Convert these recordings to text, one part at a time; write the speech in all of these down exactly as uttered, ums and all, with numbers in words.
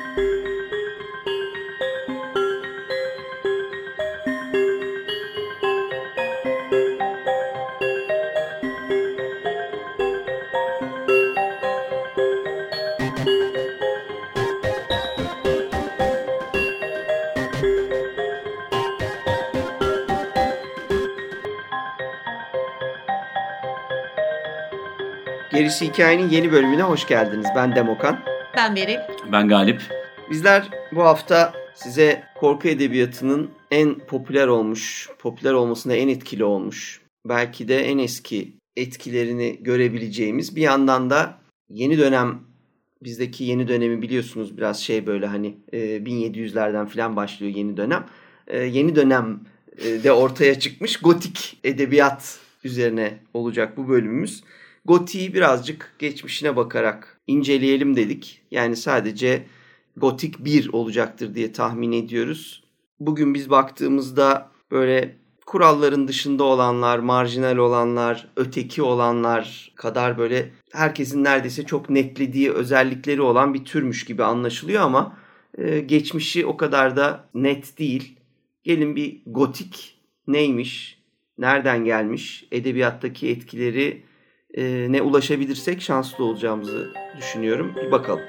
Gerisi Hikayenin yeni bölümüne hoş geldiniz. Ben Demokan. Ben Beril. Ben Galip. Bizler bu hafta size korku edebiyatının en popüler olmuş, popüler olmasında en etkili olmuş, belki de en eski etkilerini görebileceğimiz, bir yandan da yeni dönem, bizdeki yeni dönemi biliyorsunuz biraz şey böyle hani bin yedi yüzlerden falan başlıyor yeni dönem. Yeni dönemde ortaya çıkmış gotik edebiyat üzerine olacak bu bölümümüz. Gotik'i birazcık geçmişine bakarak inceleyelim dedik. Yani sadece Gotik bir olacaktır diye tahmin ediyoruz. Bugün biz baktığımızda böyle kuralların dışında olanlar, marjinal olanlar, öteki olanlar kadar böyle herkesin neredeyse çok netlediği özellikleri olan bir türmüş gibi anlaşılıyor ama e, geçmişi o kadar da net değil. Gelin bir Gotik neymiş, nereden gelmiş, edebiyattaki etkileri e, ne ulaşabilirsek şanslı olacağımızı düşünüyorum. Bir bakalım.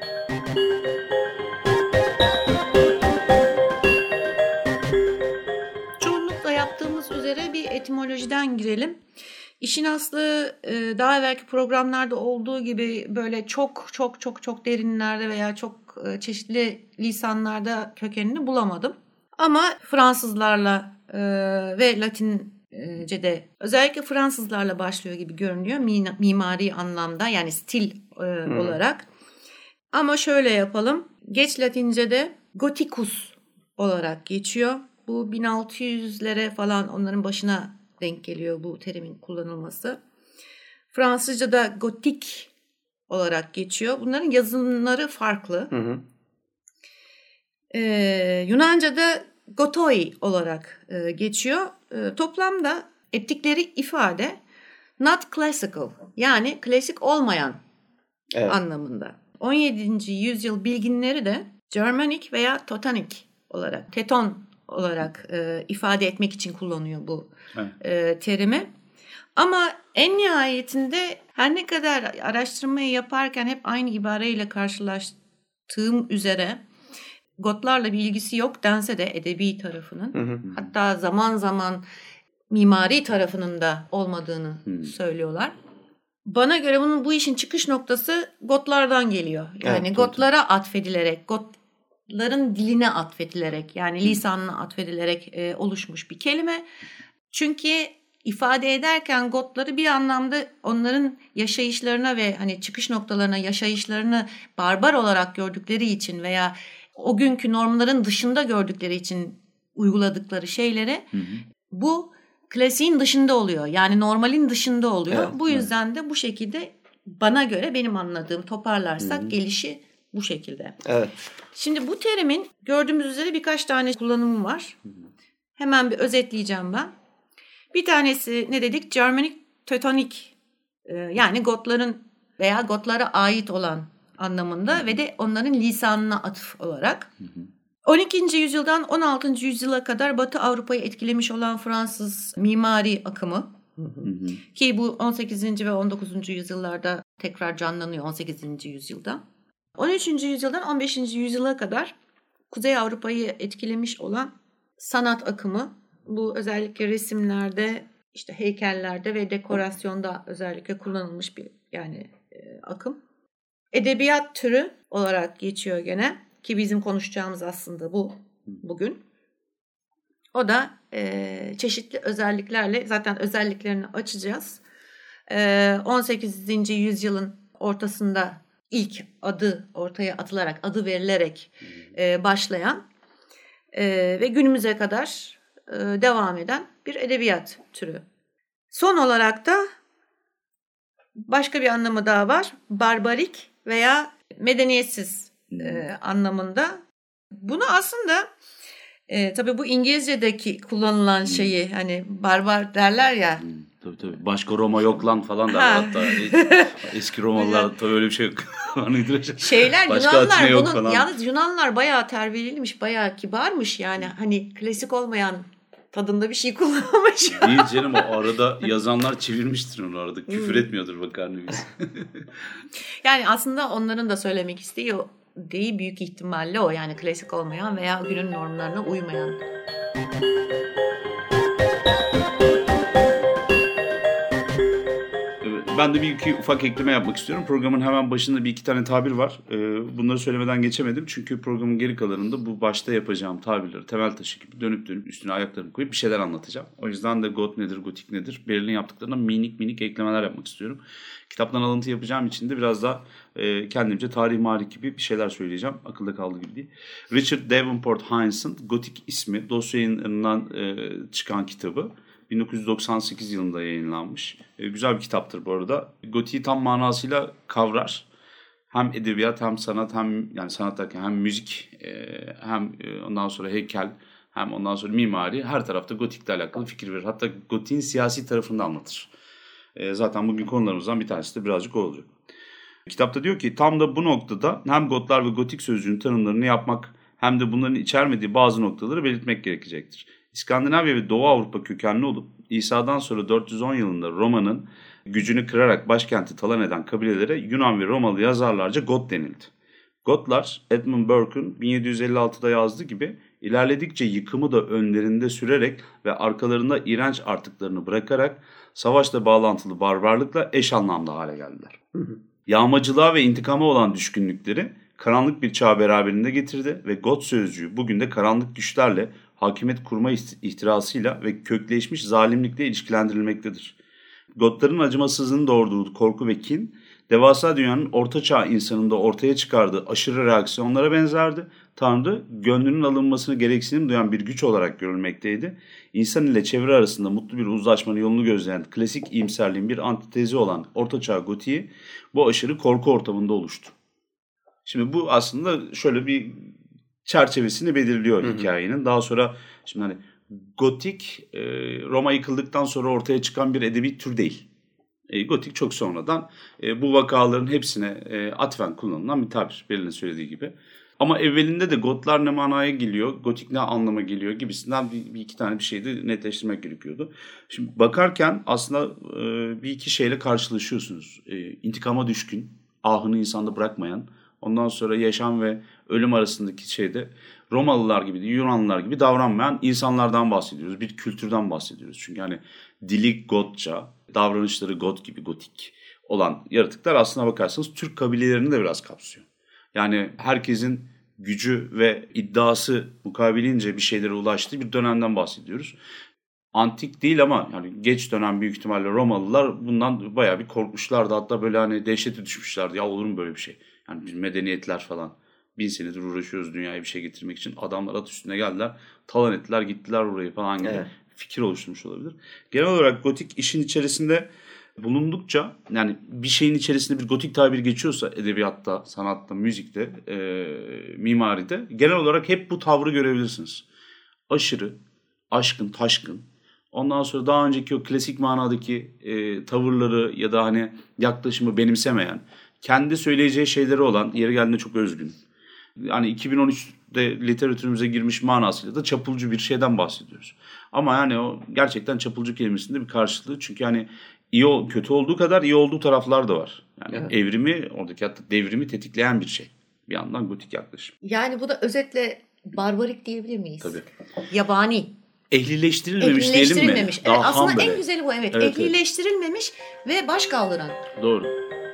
Çoğunlukla yaptığımız üzere bir etimolojiden girelim. İşin aslı daha evvelki programlarda olduğu gibi böyle çok çok çok çok derinlerde veya çok çeşitli lisanlarda kökenini bulamadım. Ama Fransızlarla ve Latince'de özellikle Fransızlarla başlıyor gibi görünüyor mimari anlamda, yani stil hmm. olarak. Ama şöyle yapalım. Geç Latince'de Goticus olarak geçiyor. Bu bin altı yüzlere falan onların başına denk geliyor bu terimin kullanılması. Fransızca'da gotik olarak geçiyor. Bunların yazımları farklı. Hı hı. Ee, Yunanca'da gotoi olarak e, geçiyor. E, toplamda ettikleri ifade not classical, yani klasik olmayan evet. anlamında. on yedinci yüzyıl bilginleri de Germanic veya Teutonic olarak, Teton olarak e, ifade etmek için kullanıyor bu evet. e, terimi. Ama en nihayetinde her ne kadar araştırmayı yaparken hep aynı ibareyle karşılaştığım üzere Gotlarla bir ilgisi yok dense de edebi tarafının, hı hı. hatta zaman zaman mimari tarafının da olmadığını hı. söylüyorlar. Bana göre bunun bu işin çıkış noktası Gotlardan geliyor. Yani evet, Gotlara evet. atfedilerek, Gotların diline atfedilerek, yani lisanına atfedilerek e, oluşmuş bir kelime. Çünkü ifade ederken Gotları bir anlamda onların yaşayışlarına ve hani çıkış noktalarına, yaşayışlarını barbar olarak gördükleri için veya o günkü normların dışında gördükleri için uyguladıkları şeyleri hı hı. bu klasiğin dışında oluyor. Yani normalin dışında oluyor. Evet, bu yüzden evet. de bu şekilde bana göre, benim anladığım, toparlarsak hı hı. gelişi bu şekilde. Evet. Şimdi bu terimin gördüğümüz üzere birkaç tane kullanımı var. Hı hı. Hemen bir özetleyeceğim ben. Bir tanesi ne dedik? Germanic Teutonic, yani Gotların veya Gotlara ait olan anlamında hı hı. ve de onların lisanına atıf olarak. Hı hı. on ikinci yüzyıldan on altıncı yüzyıla kadar Batı Avrupa'yı etkilemiş olan Fransız mimari akımı hı hı. ki bu on sekizinci ve on dokuzuncu yüzyıllarda tekrar canlanıyor, on sekizinci yüzyılda. on üçüncü yüzyıldan on beşinci yüzyıla kadar Kuzey Avrupa'yı etkilemiş olan sanat akımı. Bu özellikle resimlerde, işte heykellerde ve dekorasyonda özellikle kullanılmış bir yani e, akım. Edebiyat türü olarak geçiyor gene, ki bizim konuşacağımız aslında bu bugün. O da e, çeşitli özelliklerle, zaten özelliklerini açacağız. E, on sekizinci yüzyılın ortasında ilk adı ortaya atılarak, adı verilerek e, başlayan e, ve günümüze kadar e, devam eden bir edebiyat türü. Son olarak da başka bir anlamı daha var. Barbarik veya medeniyetsiz e, anlamında. Bunu aslında e, tabii bu İngilizce'deki kullanılan şeyi, hani barbar derler ya. Tabii tabii. Başka Roma yok lan falan da hatta eski Romalılar tabii öyle bir şey yok. Şeyler Başka Yunanlar bunun falan. Yalnız Yunanlar bayağı terbiyeliymiş, bayağı kibarmış yani. Hani klasik olmayan tadında bir şey kullanmış. Değil canım, o arada yazanlar çevirmiştir onu arada. Küfür etmiyordur Vakarnevys. Yani aslında onların da söylemek isteği o değil, büyük ihtimalle o yani klasik olmayan veya günün normlarına uymayan. Ben de bir iki ufak ekleme yapmak istiyorum. Programın hemen başında bir iki tane tabir var. Bunları söylemeden geçemedim. Çünkü programın geri kalanında bu başta yapacağım tabirleri temel taşı gibi dönüp dönüp üstüne ayaklarımı koyup bir şeyler anlatacağım. O yüzden de got nedir, gotik nedir, Berlin'in yaptıklarına minik minik eklemeler yapmak istiyorum. Kitaptan alıntı yapacağım için de biraz daha kendimce tarih marih gibi bir şeyler söyleyeceğim. Akılda kaldığı gibi değil. Richard Davenport Heinz'ın Gotik ismi dosya yayınlarından çıkan kitabı. bin dokuz yüz doksan sekiz yılında yayınlanmış. E, güzel bir kitaptır bu arada. Gotik'i tam manasıyla kavrar. Hem edebiyat hem sanat hem yani sanat derken hem müzik e, hem e, ondan sonra heykel hem ondan sonra mimari her tarafta Gotik'le alakalı fikir verir. Hatta Gotik'in siyasi tarafını da anlatır. E, zaten bugün konularımızdan bir tanesi de birazcık o olacak. Kitapta diyor ki tam da bu noktada hem Gotlar ve Gotik sözcüğünün tanımlarını yapmak hem de bunların içermediği bazı noktaları belirtmek gerekecektir. İskandinavya ve Doğu Avrupa kökenli olup İsa'dan sonra dört yüz on yılında Roma'nın gücünü kırarak başkenti talan eden kabilelere Yunan ve Romalı yazarlarca Got denildi. Gotlar Edmund Burke'un bin yedi yüz elli altıda yazdığı gibi ilerledikçe yıkımı da önlerinde sürerek ve arkalarında iğrenç artıklarını bırakarak savaşla bağlantılı barbarlıkla eş anlamda hale geldiler. Hı hı. Yağmacılığa ve intikama olan düşkünlükleri karanlık bir çağ beraberinde getirdi ve Got sözcüğü bugün de karanlık güçlerle hakimiyet kurma ihtirasıyla ve kökleşmiş zalimlikle ilişkilendirilmektedir. Gotların acımasızlığının doğurduğu korku ve kin, devasa dünyanın ortaçağ insanında ortaya çıkardığı aşırı reaksiyonlara benzerdi. Tanrı, gönlünün alınmasını gereksinim duyan bir güç olarak görülmekteydi. İnsan ile çevre arasında mutlu bir uzlaşmanın yolunu gözleyen klasik iyimserliğin bir antitezi olan ortaçağ gotiği bu aşırı korku ortamında oluştu. Şimdi bu aslında şöyle bir çerçevesini belirliyor hı hı. hikayenin. Daha sonra şimdi hani gotik e, Roma yıkıldıktan sonra ortaya çıkan bir edebi tür değil. E, gotik çok sonradan e, bu vakaların hepsine e, atfen kullanılan bir tabir. Berlin'in söylediği gibi. Ama evvelinde de Gotlar ne manaya geliyor, gotik ne anlama geliyor gibisinden bir, bir iki tane bir şey de netleştirmek gerekiyordu. Şimdi bakarken aslında e, bir iki şeyle karşılaşıyorsunuz. E, intikama düşkün, ahını insanda bırakmayan, ondan sonra yaşam ve ölüm arasındaki şeyde Romalılar gibi, Yunanlılar gibi davranmayan insanlardan bahsediyoruz. Bir kültürden bahsediyoruz. Çünkü hani dili Gotça, davranışları Got gibi, gotik olan yaratıklar aslına bakarsanız Türk kabilelerini de biraz kapsıyor. Yani herkesin gücü ve iddiası mukabilince bir şeylere ulaştığı bir dönemden bahsediyoruz. Antik değil ama yani geç dönem büyük ihtimalle Romalılar bundan bayağı bir korkmuşlardı. Hatta böyle hani dehşete düşmüşlerdi. Ya olur mu böyle bir şey? Yani bir medeniyetler falan. Bin senedir uğraşıyoruz dünyaya bir şey getirmek için. Adamlar at üstüne geldiler. Talan ettiler, gittiler orayı falan gibi evet. fikir oluşturmuş olabilir. Genel olarak gotik işin içerisinde bulundukça yani bir şeyin içerisinde bir gotik tabir geçiyorsa edebiyatta, sanatta, müzikte, e, mimaride genel olarak hep bu tavrı görebilirsiniz. Aşırı, aşkın, taşkın. Ondan sonra daha önceki o klasik manadaki e, tavırları ya da hani yaklaşımı benimsemeyen, kendi söyleyeceği şeyleri olan, yeri geldiğinde çok özgün. Yani iki bin on üçte literatürümüze girmiş manasıyla da çapulcu bir şeyden bahsediyoruz. Ama yani o gerçekten çapulcu kelimesinde bir karşılığı. Çünkü hani iyi kötü olduğu kadar iyi olduğu taraflar da var. Yani evet. evrimi, oradaki hatta devrimi tetikleyen bir şey. Bir yandan gotik yaklaşım. Yani bu da özetle barbarik diyebilir miyiz? Tabii. Yabani. Ehlileştirilmemiş, Ehlileştirilmemiş diyelim mi? Evet, aslında böyle. En güzeli bu evet. evet Ehlileştirilmemiş evet. ve baş kaldıran. Doğru.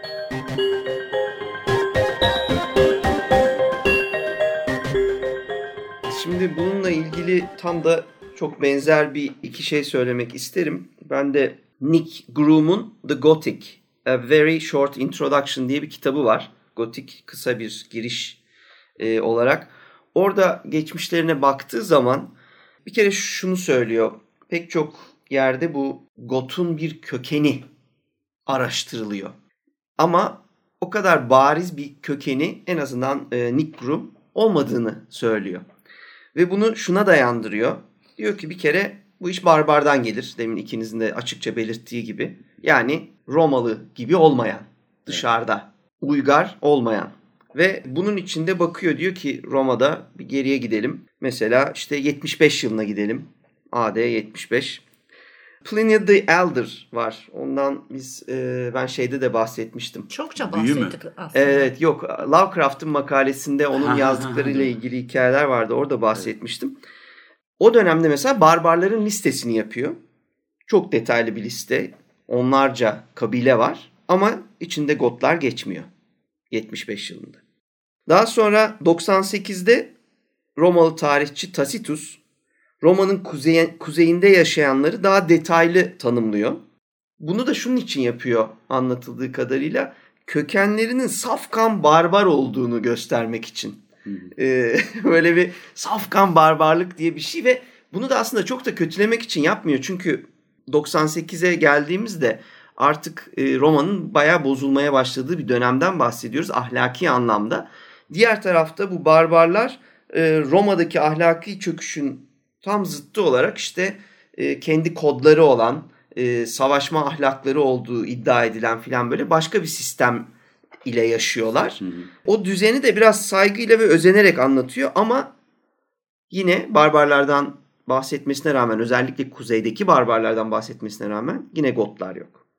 Şimdi bununla ilgili tam da çok benzer bir iki şey söylemek isterim. Ben de Nick Groom'un The Gothic, A Very Short Introduction diye bir kitabı var. Gotik kısa bir giriş e, olarak. Orada geçmişlerine baktığı zaman bir kere şunu söylüyor. Pek çok yerde bu Got'un bir kökeni araştırılıyor. Ama o kadar bariz bir kökeni en azından e, Nick Groom olmadığını söylüyor. Ve bunu şuna dayandırıyor. Diyor ki bir kere bu iş barbardan gelir. Demin ikinizin de açıkça belirttiği gibi. Yani Romalı gibi olmayan, dışarıda uygar olmayan. Ve bunun içinde bakıyor, diyor ki Roma'da bir geriye gidelim. Mesela işte yetmiş beş yılına gidelim. A D yetmiş beş. Pliny the Elder var. Ondan biz e, ben şeyde de bahsetmiştim. Çokça bahsettik aslında. Evet, yok. Lovecraft'ın makalesinde onun yazdıklarıyla ilgili hikayeler vardı. Orada bahsetmiştim. O dönemde mesela barbarların listesini yapıyor. Çok detaylı bir liste. Onlarca kabile var ama içinde Gotlar geçmiyor. yetmiş beş yılında. Daha sonra doksan sekizde Romalı tarihçi Tacitus Roma'nın kuzey, kuzeyinde yaşayanları daha detaylı tanımlıyor. Bunu da şunun için yapıyor anlatıldığı kadarıyla. Kökenlerinin safkan barbar olduğunu göstermek için. Ee, böyle bir safkan barbarlık diye bir şey ve bunu da aslında çok da kötülemek için yapmıyor. Çünkü doksan sekize geldiğimizde artık Roma'nın bayağı bozulmaya başladığı bir dönemden bahsediyoruz ahlaki anlamda. Diğer tarafta bu barbarlar Roma'daki ahlaki çöküşün tam zıttı olarak işte kendi kodları olan, savaşma ahlakları olduğu iddia edilen filan böyle başka bir sistem ile yaşıyorlar. Hı hı. O düzeni de biraz saygıyla ve özenerek anlatıyor ama yine barbarlardan bahsetmesine rağmen, özellikle kuzeydeki barbarlardan bahsetmesine rağmen yine Gotlar yok.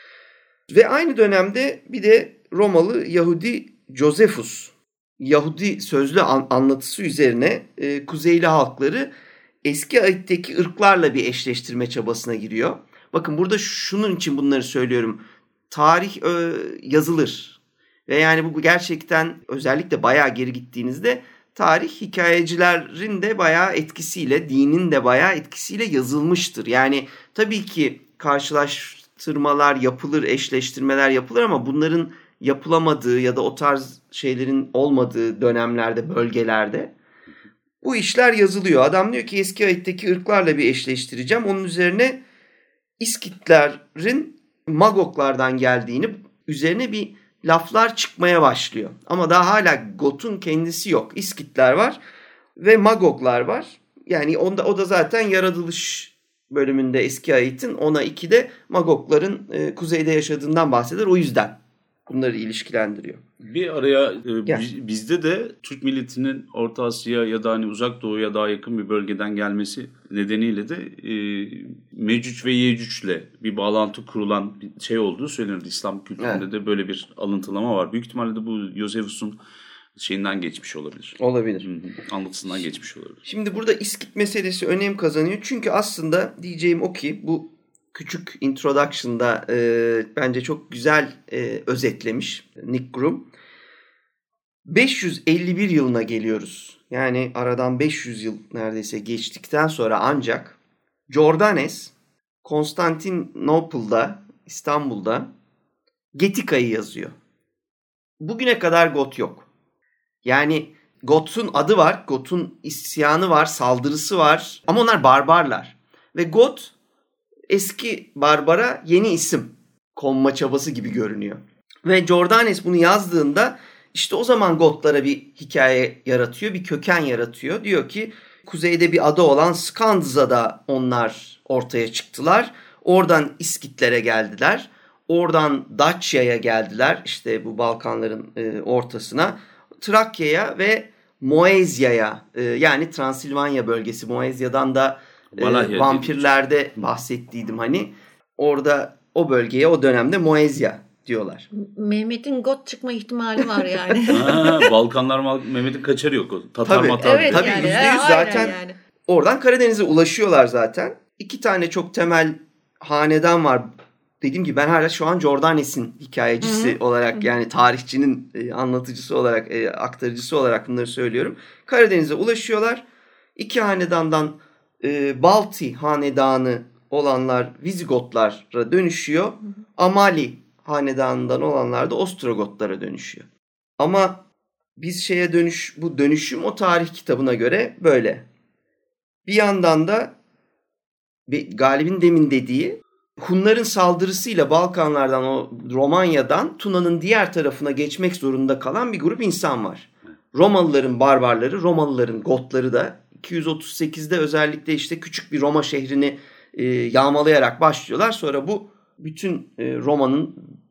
Ve aynı dönemde bir de Romalı Yahudi Josephus, Yahudi sözlü an- anlatısı üzerine e, kuzeyli halkları eski ayetteki ırklarla bir eşleştirme çabasına giriyor. Bakın burada şunun için bunları söylüyorum. Tarih e, yazılır. Ve yani bu gerçekten özellikle bayağı geri gittiğinizde tarih hikayecilerin de bayağı etkisiyle, dinin de bayağı etkisiyle yazılmıştır. Yani tabii ki karşılaştırmalar yapılır, eşleştirmeler yapılır ama bunların yapılamadığı ya da o tarz şeylerin olmadığı dönemlerde, bölgelerde bu işler yazılıyor. Adam diyor ki eski ayetteki ırklarla bir eşleştireceğim. Onun üzerine İskitlerin Magoklardan geldiğini, üzerine bir laflar çıkmaya başlıyor. Ama daha hala Got'un kendisi yok. İskitler var ve Magoklar var. Yani onda, o da zaten yaratılış bölümünde eski ayetin ona ikide Magokların e, kuzeyde yaşadığından bahseder. O yüzden bunları ilişkilendiriyor. Bir araya e, bizde de Türk milletinin Orta Asya ya da hani Uzak Doğu'ya daha yakın bir bölgeden gelmesi nedeniyle de e, Mecüc ve Yecüc'le bir bağlantı kurulan bir şey olduğu söylenir. İslam kültüründe evet. de böyle bir alıntılama var. Büyük ihtimalle de bu Josephus'un şeyinden geçmiş olabilir. Olabilir. Hı-hı. Anlatısından geçmiş olabilir. Şimdi burada İskit meselesi önem kazanıyor. Çünkü aslında diyeceğim o ki bu küçük introduction'da e, bence çok güzel e, özetlemiş Nick Groom. beş yüz elli bir yılına geliyoruz. Yani aradan beş yüz yıl neredeyse geçtikten sonra ancak Jordanes Konstantinopol'da, İstanbul'da Getika'yı yazıyor. Bugüne kadar Got yok. Yani Got'un adı var, Got'un isyanı var, saldırısı var ama onlar barbarlar. Ve Got eski barbara yeni isim konma çabası gibi görünüyor. Ve Jordanes bunu yazdığında işte o zaman Gotlara bir hikaye yaratıyor, bir köken yaratıyor. Diyor ki kuzeyde bir ada olan Skandıza'da onlar ortaya çıktılar. Oradan İskitlere geldiler. Oradan Daçya'ya geldiler. İşte bu Balkanların e, ortasına. Trakya'ya ve Moezya'ya e, yani Transilvanya bölgesi. Moezya'dan da e, vampirlerde bahsettiydim hani. Orada o bölgeye o dönemde Moezya diyorlar. Mehmet'in Got çıkma ihtimali var yani. ha, Balkanlar Mehmet'in kaçarı yok. Tatar tabii, matar. Evet, tabii yani, yüzde yüz zaten yani. Oradan Karadeniz'e ulaşıyorlar zaten. İki tane çok temel hanedan var. Dediğim gibi ben hala şu an Jordanes'in hikayecisi Hı-hı. olarak Hı-hı. yani tarihçinin e, anlatıcısı olarak, e, aktarıcısı olarak bunları söylüyorum. Karadeniz'e ulaşıyorlar. İki hanedandan e, Balti hanedanı olanlar Vizigotlara dönüşüyor. Hı-hı. Amali hanedanından olanlar da Ostrogotlara dönüşüyor. Ama biz şeye dönüş, bu dönüşüm o tarih kitabına göre böyle. Bir yandan da Galip'in demin dediği Hunların saldırısıyla Balkanlardan, o Romanya'dan Tuna'nın diğer tarafına geçmek zorunda kalan bir grup insan var. Romalıların barbarları, Romalıların Gotları da iki yüz otuz sekizde özellikle işte küçük bir Roma şehrini e, yağmalayarak başlıyorlar. Sonra bu bütün e, Roma'nın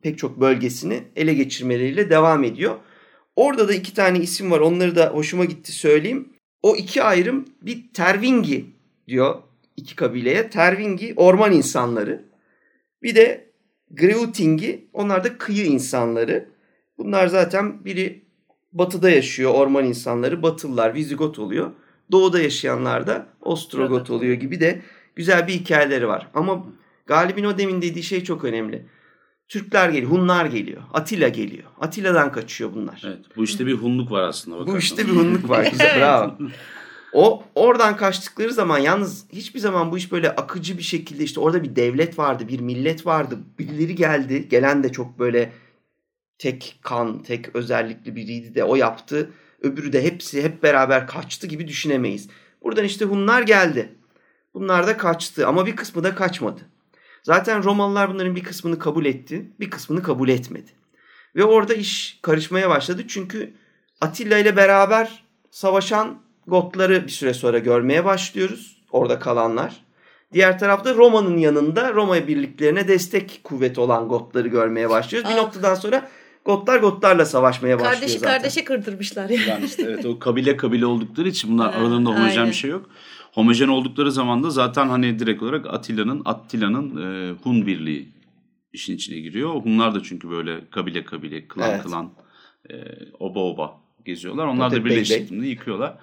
pek çok bölgesini ele geçirmeleriyle devam ediyor. Orada da iki tane isim var. Onları da hoşuma gitti söyleyeyim. O iki ayrım bir Tervingi diyor iki kabileye. Tervingi orman insanları. Bir de Greutingi, onlar da kıyı insanları. Bunlar zaten biri batıda yaşıyor orman insanları. Batılılar Vizigot oluyor. Doğuda yaşayanlar da Ostrogot oluyor gibi de güzel bir hikayeleri var. Ama Galip'in o demin dediği şey çok önemli. Türkler geliyor, Hunlar geliyor, Atilla geliyor. Atilla'dan kaçıyor bunlar. Evet, bu işte bir Hunluk var aslında. Bakarsan. Bu işte bir Hunluk var. Güzel, bravo. O oradan kaçtıkları zaman yalnız hiçbir zaman bu iş böyle akıcı bir şekilde işte orada bir devlet vardı, bir millet vardı. Birileri geldi. Gelen de çok böyle tek kan, tek özellikli biriydi de o yaptı. Öbürü de hepsi hep beraber kaçtı gibi düşünemeyiz. Buradan işte Hunlar geldi. Bunlar da kaçtı ama bir kısmı da kaçmadı. Zaten Romalılar bunların bir kısmını kabul etti, bir kısmını kabul etmedi. Ve orada iş karışmaya başladı çünkü Atilla ile beraber savaşan Gotları bir süre sonra görmeye başlıyoruz. Orada kalanlar. Diğer tarafta Roma'nın yanında Roma birliklerine destek kuvveti olan Gotları görmeye başlıyoruz. Bir Aa. noktadan sonra Gotlar Gotlarla savaşmaya başlıyor kardeşi zaten. Kardeşi kırdırmışlar yani. yani işte evet o kabile kabile oldukları için bunlar aralarında homojen bir şey yok. Homojen oldukları zaman da zaten hani direkt olarak Atilla'nın Attila'nın e, Hun birliği işin içine giriyor. Hunlar da çünkü böyle kabile kabile, klan evet. klan, e, oba oba geziyorlar. Onlar Tabii da birleştiğinde yıkıyorlar.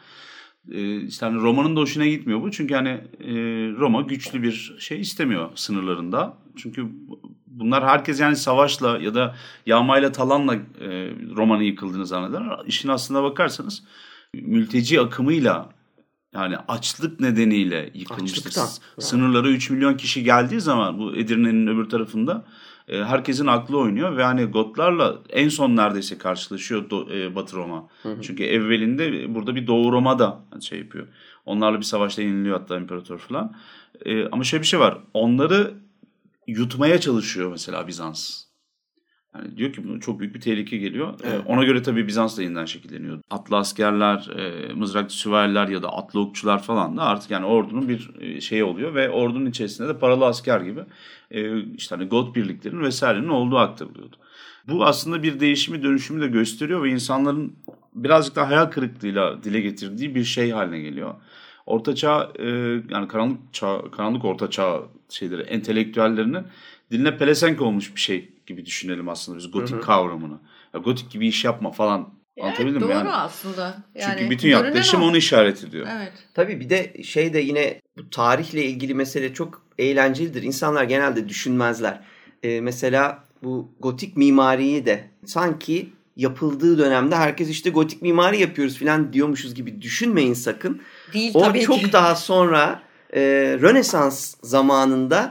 E, işte hani Roma'nın da hoşuna gitmiyor bu. Çünkü hani e, Roma güçlü bir şey istemiyor sınırlarında. Çünkü bunlar herkes yani savaşla ya da yağmayla talanla e, Roma'nın yıkıldığını zanneder. İşin aslına bakarsanız mülteci akımıyla yani açlık nedeniyle yıkılmıştı. Sınırlara üç milyon kişi geldiği zaman bu Edirne'nin öbür tarafında e, herkesin aklı oynuyor ve hani Gotlarla en son neredeyse karşılaşıyor Do, e, Batı Roma. Hı hı. Çünkü evvelinde burada bir Doğu Roma da şey yapıyor. Onlarla bir savaşta yeniliyor hatta imparator falan. E, ama şöyle bir şey var. Onları yutmaya çalışıyor mesela Bizans. Yani diyor ki çok büyük bir tehlike geliyor. Evet. Ona göre tabii Bizans da yeniden şekilleniyor. Atlı askerler, e, mızraklı süvariler ya da atlı okçular falan da artık yani ordunun bir şeyi oluyor ve ordunun içerisinde de paralı asker gibi e, işte hani Got birliklerinin vesairenin olduğu aktarılıyordu. Bu aslında bir değişimi, dönüşümü de gösteriyor ve insanların birazcık daha hayal kırıklığıyla dile getirdiği bir şey haline geliyor. Orta çağ e, yani karanlık çağ, karanlık orta çağ şeyleri, entelektüellerinin diline pelesenk olmuş bir şey gibi düşünelim aslında biz gotik hı hı. kavramını. Ya gotik gibi iş yapma falan anlatabildim evet, mi? Doğru yani? aslında. Yani çünkü bütün yaklaşım onu işaret ediyor. Evet. Tabii bir de şey de yine bu tarihle ilgili mesele çok eğlencelidir. İnsanlar genelde düşünmezler. Ee, mesela bu gotik mimariyi de sanki yapıldığı dönemde herkes işte gotik mimari yapıyoruz falan diyormuşuz gibi düşünmeyin sakın. Değil o tabii çok ki. daha sonra e, Rönesans zamanında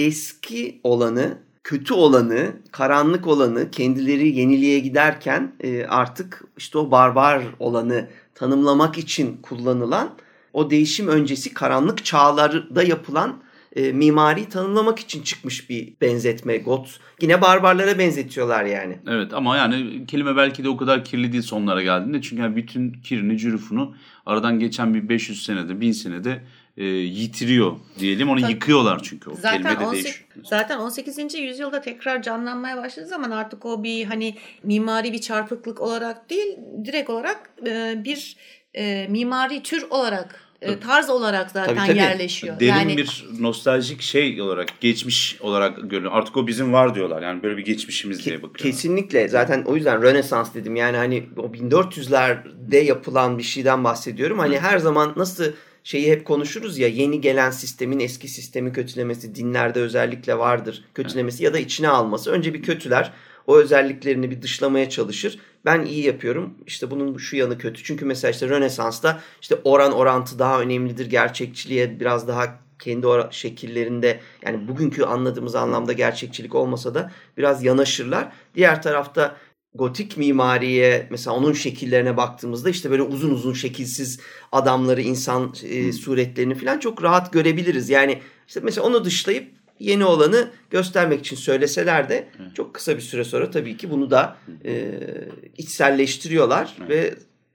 eski olanı, kötü olanı, karanlık olanı kendileri yeniliğe giderken e, artık işte o barbar olanı tanımlamak için kullanılan o değişim öncesi karanlık çağlarda yapılan e, mimariyi tanımlamak için çıkmış bir benzetme. Got yine barbarlara benzetiyorlar yani. Evet ama yani kelime belki de o kadar kirli değil sonlara geldiğinde. Çünkü yani bütün kirini, cürufunu aradan geçen bir beş yüz senede, bin senede e, yitiriyor diyelim. Onu Tabii. yıkıyorlar çünkü o zaten kelime de on sekiz, değişiyor. Zaten on sekizinci yüzyılda tekrar canlanmaya başladığı zaman artık o bir hani mimari bir çarpıklık olarak değil, direkt olarak e, bir e, mimari tür olarak Tabii. tarz olarak zaten tabii, tabii. yerleşiyor. Derin yani, bir nostaljik şey olarak, geçmiş olarak görülüyor. Artık o bizim var diyorlar. Yani böyle bir geçmişimiz Ke- diye bakıyorlar. Kesinlikle. Zaten o yüzden Rönesans dedim. Yani hani o bin dört yüzlerde yapılan bir şeyden bahsediyorum. Hani Hı. her zaman nasıl şeyi hep konuşuruz ya, yeni gelen sistemin eski sistemi kötülemesi, dinlerde özellikle vardır kötülemesi Hı. ya da içine alması. Önce bir kötüler. O özelliklerini bir dışlamaya çalışır. Ben iyi yapıyorum. İşte bunun şu yanı kötü. Çünkü mesela işte Rönesans'ta işte oran orantı daha önemlidir. Gerçekçiliğe biraz daha kendi or- şekillerinde, yani bugünkü anladığımız anlamda gerçekçilik olmasa da biraz yanaşırlar. Diğer tarafta gotik mimariye mesela onun şekillerine baktığımızda işte böyle uzun uzun şekilsiz adamları, insan e, suretlerini falan çok rahat görebiliriz. Yani işte mesela onu dışlayıp yeni olanı göstermek için söyleseler de Hı. çok kısa bir süre sonra tabii ki bunu da e, içselleştiriyorlar Hı. ve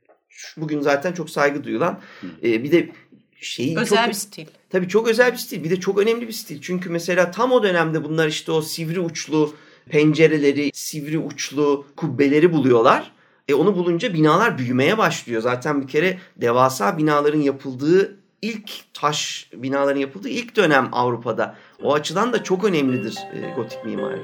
bugün zaten çok saygı duyulan e, bir de şeyi özel çok, bir stil. Tabii çok özel bir stil. Bir de çok önemli bir stil. Çünkü mesela tam o dönemde bunlar işte o sivri uçlu pencereleri, sivri uçlu kubbeleri buluyorlar. E onu bulunca binalar büyümeye başlıyor. Zaten bir kere devasa binaların yapıldığı ilk taş binaların yapıldığı ilk dönem Avrupa'da. O açıdan da çok önemlidir e, gotik mimari.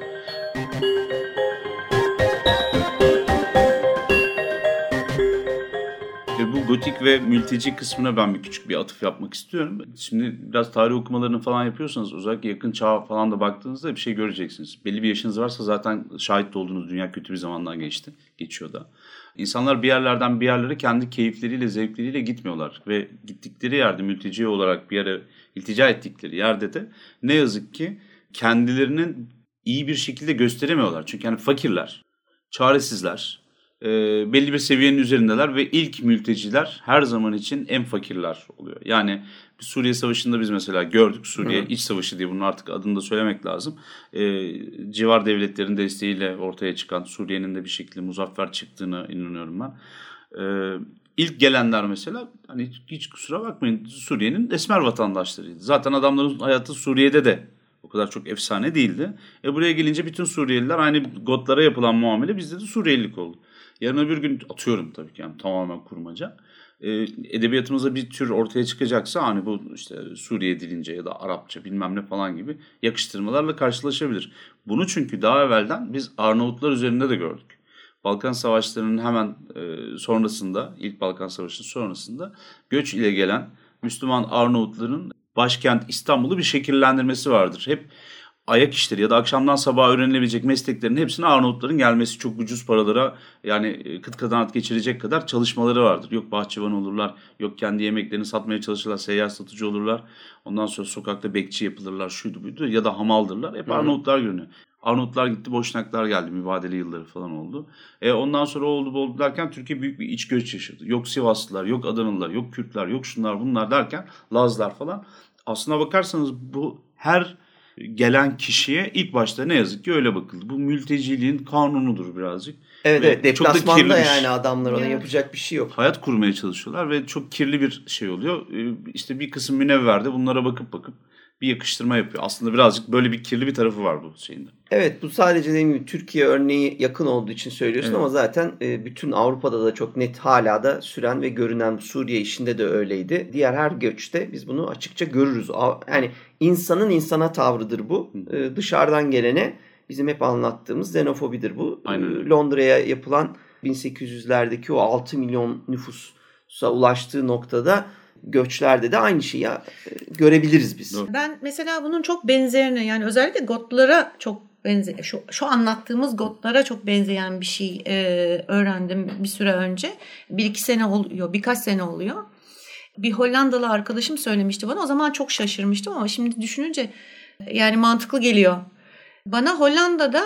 Bu gotik ve mülteci kısmına ben bir küçük bir atıf yapmak istiyorum. Şimdi biraz tarih okumalarını falan yapıyorsanız özellikle yakın çağa falan da baktığınızda bir şey göreceksiniz. Belli bir yaşınız varsa zaten şahit olduğunuz dünya kötü bir zamandan geçti. Geçiyor da. İnsanlar bir yerlerden bir yerlere kendi keyifleriyle, zevkleriyle gitmiyorlar. Ve gittikleri yerde mülteci olarak bir yere iltica ettikleri yerde de ne yazık ki kendilerinin iyi bir şekilde gösteremiyorlar. Çünkü yani fakirler, çaresizler. E, belli bir seviyenin üzerindeler ve ilk mülteciler her zaman için en fakirler oluyor. Yani Suriye Savaşı'nda biz mesela gördük. Suriye Hı. İç Savaşı diye bunun artık adını da söylemek lazım. E, civar devletlerin desteğiyle ortaya çıkan Suriye'nin de bir şekilde muzaffer çıktığına inanıyorum ben. E, ilk gelenler mesela hani hiç, hiç kusura bakmayın Suriye'nin esmer vatandaşlarıydı. Zaten adamların hayatı Suriye'de de o kadar çok efsane değildi. E buraya gelince bütün Suriyeliler aynı Gotlara yapılan muamele bizde de Suriyelilik oldu. Yarın öbür gün atıyorum tabii ki yani tamamen kurmaca. E, edebiyatımızda bir tür ortaya çıkacaksa hani bu işte Suriye dilince ya da Arapça bilmem ne falan gibi yakıştırmalarla karşılaşabilir. Bunu çünkü daha evvelden biz Arnavutlar üzerinde de gördük. Balkan Savaşları'nın hemen e, sonrasında, ilk Balkan Savaşı'nın sonrasında göç ile gelen Müslüman Arnavutların başkent İstanbul'u bir şekillendirmesi vardır. Hep ayak işleri ya da akşamdan sabaha öğrenilebilecek mesleklerin hepsine Arnavutların gelmesi çok ucuz paralara yani kıt kanaat geçirecek kadar çalışmaları vardır. Yok bahçıvan olurlar, yok kendi yemeklerini satmaya çalışırlar, seyyar satıcı olurlar. Ondan sonra sokakta bekçi yapılırlar, şuydu buydu ya da hamaldırlar. Hep Arnavutlar görünüyor. Arnavutlar gitti, Boşnaklar geldi, mübadele yılları falan oldu. E ondan sonra oldu oldu derken Türkiye büyük bir iç göç yaşadı. Yok Sivaslılar, yok Adanalılar, yok Kürtler, yok şunlar bunlar derken Lazlar falan. Aslına bakarsanız bu her gelen kişiye ilk başta ne yazık ki öyle bakıldı. Bu mülteciliğin kanunudur birazcık. Evet evet deplasmanda yani şey. adamlar ona yapacak bir şey yok. Hayat kurmaya çalışıyorlar ve çok kirli bir şey oluyor. İşte bir kısım münevver de bunlara bakıp bakıp bir yakıştırma yapıyor. Aslında birazcık böyle bir kirli bir tarafı var bu şeyinde. Evet bu sadece dediğim gibi Türkiye örneği yakın olduğu için söylüyorsun evet. Ama zaten bütün Avrupa'da da çok net hala da süren ve görünen Suriye işinde de öyleydi. Diğer her göçte biz bunu açıkça görürüz. Yani insanın insana tavrıdır bu. Hı. Dışarıdan gelene bizim hep anlattığımız xenofobidir bu. Aynen. Londra'ya yapılan bin sekiz yüzlerdeki o altı milyon nüfusa ulaştığı noktada göçlerde de aynı şeyi görebiliriz biz. Doğru. Ben mesela bunun çok benzerini yani özellikle Gotlara çok benze şu, şu anlattığımız Gotlara çok benzeyen bir şey e, öğrendim bir süre önce. Bir iki sene oluyor, birkaç sene oluyor. Bir Hollandalı arkadaşım söylemişti bana. O zaman çok şaşırmıştım ama şimdi düşününce yani mantıklı geliyor. Bana Hollanda'da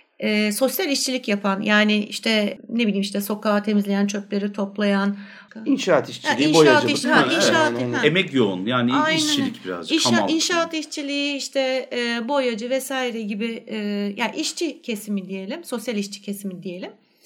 e, sosyal işçilik yapan yani işte ne bileyim işte sokağı temizleyen, çöpleri toplayan, İnşaat işçiliği, ha, boyacılık. İnşaat, ha, inşaat, evet. ha. Emek yoğun yani Aynen. işçilik birazcık. İnşa, inşaat işçiliği işte e, boyacı vesaire gibi e, yani işçi kesimi diyelim, sosyal işçi kesimi diyelim.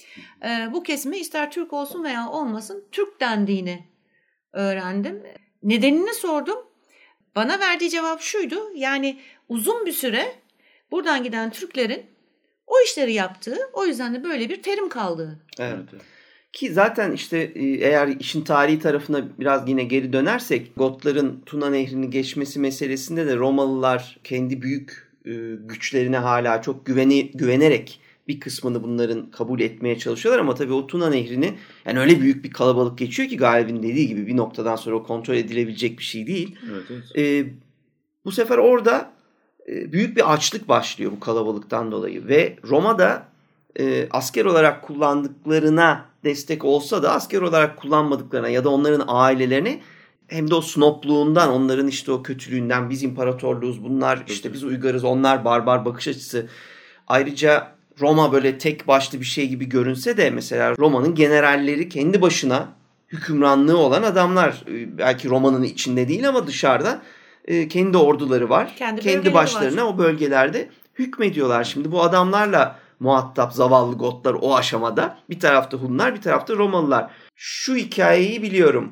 E, bu kesime ister Türk olsun veya olmasın Türk dendiğini öğrendim. Nedenini sordum. Bana verdiği cevap şuydu. Yani uzun bir süre buradan giden Türklerin o işleri yaptığı, o yüzden de böyle bir terim kaldığı. Evet. Ki zaten işte eğer işin tarihi tarafına biraz yine geri dönersek Gotların Tuna Nehri'ni geçmesi meselesinde de Romalılar kendi büyük güçlerine hala çok güveni, güvenerek bir kısmını bunların kabul etmeye çalışıyorlar ama tabii o Tuna Nehri'ni yani öyle büyük bir kalabalık geçiyor ki Galip'in dediği gibi bir noktadan sonra o kontrol edilebilecek bir şey değil. Evet, evet. Ee, bu sefer orada e, büyük bir açlık başlıyor bu kalabalıktan dolayı ve Roma'da e, asker olarak kullandıklarına destek olsa da asker olarak kullanmadıklarına ya da onların ailelerine hem de o snopluğundan, onların işte o kötülüğünden biz imparatorluğuz, bunlar işte biz uygarız, onlar barbar bakış açısı. Ayrıca Roma böyle tek başlı bir şey gibi görünse de mesela Roma'nın generalleri kendi başına hükümranlığı olan adamlar. Belki Roma'nın içinde değil ama dışarıda kendi orduları var. Kendi, kendi başlarına var. O bölgelerde hükmediyorlar. Şimdi bu adamlarla muhatap zavallı Gotlar o aşamada. Bir tarafta Hunlar, bir tarafta Romalılar. Şu hikayeyi biliyorum.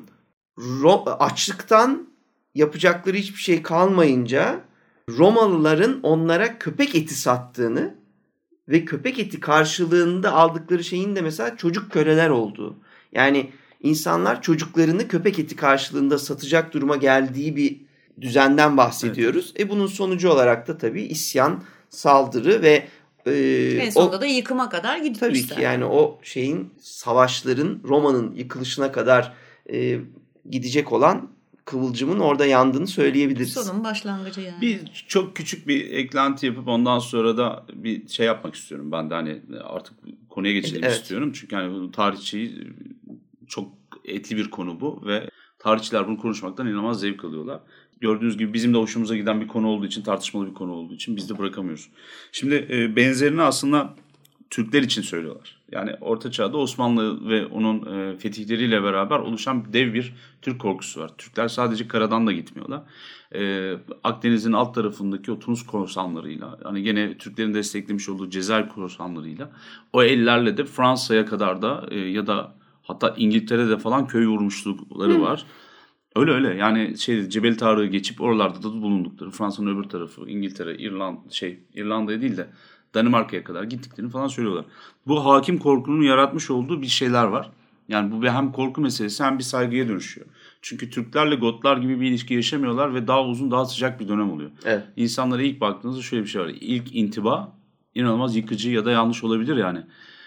Ro- açlıktan yapacakları hiçbir şey kalmayınca Romalıların onlara köpek eti sattığını ve köpek eti karşılığında aldıkları şeyin de mesela çocuk köleler olduğu. Yani insanlar çocuklarını köpek eti karşılığında satacak duruma geldiği bir düzenden bahsediyoruz. Evet. E bunun sonucu olarak da tabii isyan, saldırı ve e, en sonunda o, da yıkıma kadar gitmiş. Tabii ki yani o şeyin, savaşların, Roma'nın yıkılışına kadar e, gidecek olan kıvılcımın orada yandığını söyleyebiliriz. Sonun başlangıcı yani. Bir çok küçük bir eklenti yapıp ondan sonra da bir şey yapmak istiyorum ben de, hani artık konuya geçelim evet. istiyorum. Çünkü hani tarihçi, çok etli bir konu bu ve tarihçiler bunu konuşmaktan inanılmaz zevk alıyorlar. Gördüğünüz gibi bizim de hoşumuza giden bir konu olduğu için, tartışmalı bir konu olduğu için biz de bırakamıyoruz. Şimdi e, benzerini aslında Türkler için söylüyorlar. Yani Orta Çağ'da Osmanlı ve onun e, fetihleriyle beraber oluşan dev bir Türk korkusu var. Türkler sadece karadan da gitmiyorlar. E, Akdeniz'in alt tarafındaki o Tunus korsanlarıyla, hani gene Türklerin desteklemiş olduğu Cezayir korsanlarıyla, o ellerle de Fransa'ya kadar da e, ya da hatta İngiltere'de falan köy vurmuşlukları Hı. var. Öyle öyle yani şey, Cebel Tarık'ı geçip oralarda da bulundukları, Fransa'nın öbür tarafı, İngiltere, İrlanda, şey İrlanda'ya değil de Danimarka'ya kadar gittiklerini falan söylüyorlar. Bu hakim korkunun yaratmış olduğu bir şeyler var. Yani bu bir hem korku meselesi hem bir saygıya dönüşüyor. Çünkü Türklerle Gotlar gibi bir ilişki yaşamıyorlar ve daha uzun, daha sıcak bir dönem oluyor. Evet. İnsanlara ilk baktığınızda şöyle bir şey var. İlk intiba inanılmaz yıkıcı ya da yanlış olabilir yani.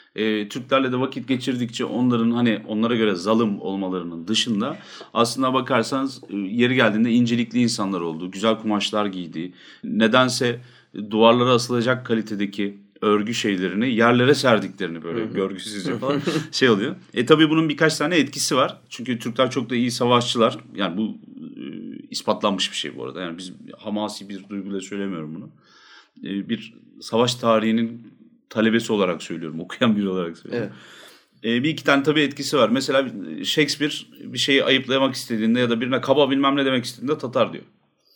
E, Türklerle de vakit geçirdikçe onların hani onlara göre zalim olmalarının dışında aslına bakarsanız e, yeri geldiğinde incelikli insanlar olduğu, güzel kumaşlar giydiği, nedense duvarlara asılacak kalitedeki örgü şeylerini yerlere serdiklerini böyle görgüsüzce falan şey oluyor. E tabii bunun birkaç tane etkisi var. Çünkü Türkler çok da iyi savaşçılar. Yani bu e, ispatlanmış bir şey bu arada. Yani biz hamasi bir duyguyla söylemiyorum bunu. E, bir savaş tarihinin talebesi olarak söylüyorum, okuyan biri olarak söylüyorum. Evet. Ee, bir iki tane tabii etkisi var. Mesela Shakespeare bir şeyi ayıplamak istediğinde ya da birine kaba bilmem ne demek istediğinde Tatar diyor.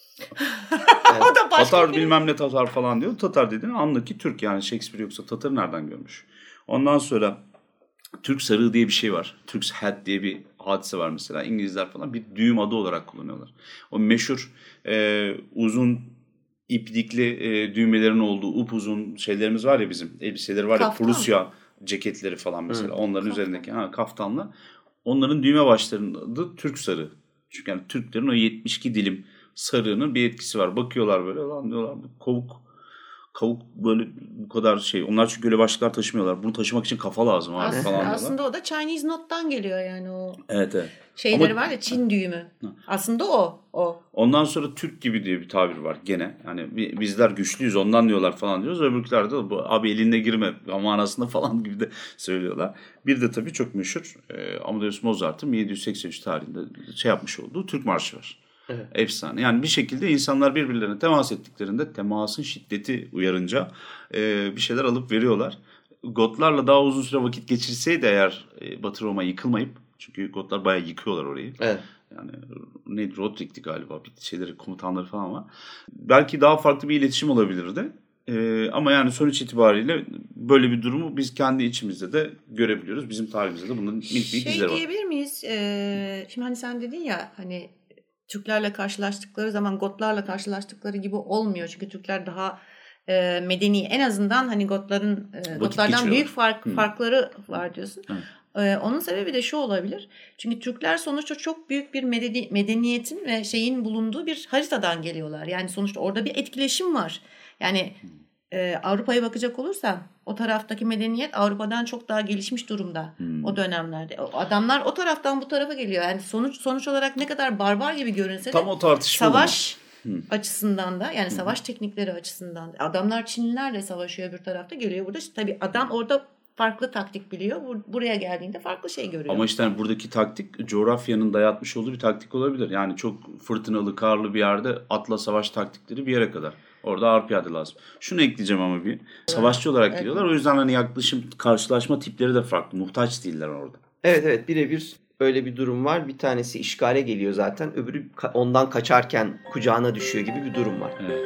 Yani, o da Tatar bilmem ne Tatar falan diyor. Tatar dediğin anla ki Türk, yani Shakespeare yoksa Tatar'ı nereden görmüş? Ondan sonra Türk sarığı diye bir şey var. Turk's hat diye bir hadise var mesela. İngilizler falan bir düğüm adı olarak kullanıyorlar. O meşhur e, uzun iplikli e, düğmelerin olduğu upuzun şeylerimiz var ya, bizim elbiseleri var Kaftan. ya, Prusya ceketleri falan mesela. Hı. Onların Kaftan. üzerindeki ha, kaftanla. Onların düğme başlarının adı Türk sarığı. Çünkü yani Türklerin o yetmiş iki dilim sarığının bir etkisi var. Bakıyorlar böyle, lan diyorlar kovuk kavuk böyle bu kadar şey. Onlar çünkü öyle başlıklar taşımıyorlar. Bunu taşımak için kafa lazım abi aslında, falan diyorlar. Aslında o da Chinese Note'dan geliyor yani o. Evet evet. Şeyleri Ama, var ya, Çin düğümü. Ha. Aslında o. o. Ondan sonra Türk gibi diye bir tabir var gene. Yani bizler güçlüyüz ondan diyorlar falan diyoruz. Öbürküler de bu abi eline girme manasında falan gibi de söylüyorlar. Bir de tabii çok meşhur e, Amadeus Mozart'ın bin yedi yüz seksen üç tarihinde şey yapmış olduğu Türk Marşı var. Evet. Efsane. Yani bir şekilde insanlar birbirlerine temas ettiklerinde temasın şiddeti uyarınca e, bir şeyler alıp veriyorlar. Gotlarla daha uzun süre vakit geçirseydi eğer e, Batı Roma yıkılmayıp, çünkü Gotlar bayağı yıkıyorlar orayı. Evet. Yani ne Rodrik'ti galiba, bir şeyleri, komutanları falan var. Belki daha farklı bir iletişim olabilirdi. Ee, ama yani sonuç itibariyle böyle bir durumu biz kendi içimizde de görebiliyoruz. Bizim tarihimizde de bunların minik minik izleri var. Şey diyebilir miyiz? Ee, şimdi hani sen dedin ya, hani Türklerle karşılaştıkları zaman Gotlarla karşılaştıkları gibi olmuyor. Çünkü Türkler daha e, medeni, en azından hani Gotların e, Gotlardan büyük fark, hmm. farkları var diyorsun. Hmm. Ee, onun sebebi de şu olabilir. Çünkü Türkler sonuçta çok büyük bir medeni, medeniyetin ve şeyin bulunduğu bir haritadan geliyorlar. Yani sonuçta orada bir etkileşim var. Yani e, Avrupa'ya bakacak olursan o taraftaki medeniyet Avrupa'dan çok daha gelişmiş durumda hmm. o dönemlerde. O adamlar o taraftan bu tarafa geliyor. Yani sonuç sonuç olarak ne kadar barbar gibi görünse de tam o tartışma savaş hmm. açısından da, yani hmm. savaş teknikleri açısından da, adamlar Çinlilerle savaşıyor, bir tarafta geliyor burada. Tabii adam orada farklı taktik biliyor. Buraya geldiğinde farklı şey görüyor. Ama işte buradaki taktik coğrafyanın dayatmış olduğu bir taktik olabilir. Yani çok fırtınalı, karlı bir yerde atla savaş taktikleri bir yere kadar. Orada ağır piyade lazım. Şunu ekleyeceğim ama bir. Savaşçı olarak evet. geliyorlar. O yüzden hani yaklaşım, karşılaşma tipleri de farklı. Muhtaç değiller orada. Evet evet, birebir öyle bir durum var. Bir tanesi işgale geliyor zaten. Öbürü ondan kaçarken kucağına düşüyor gibi bir durum var. Evet.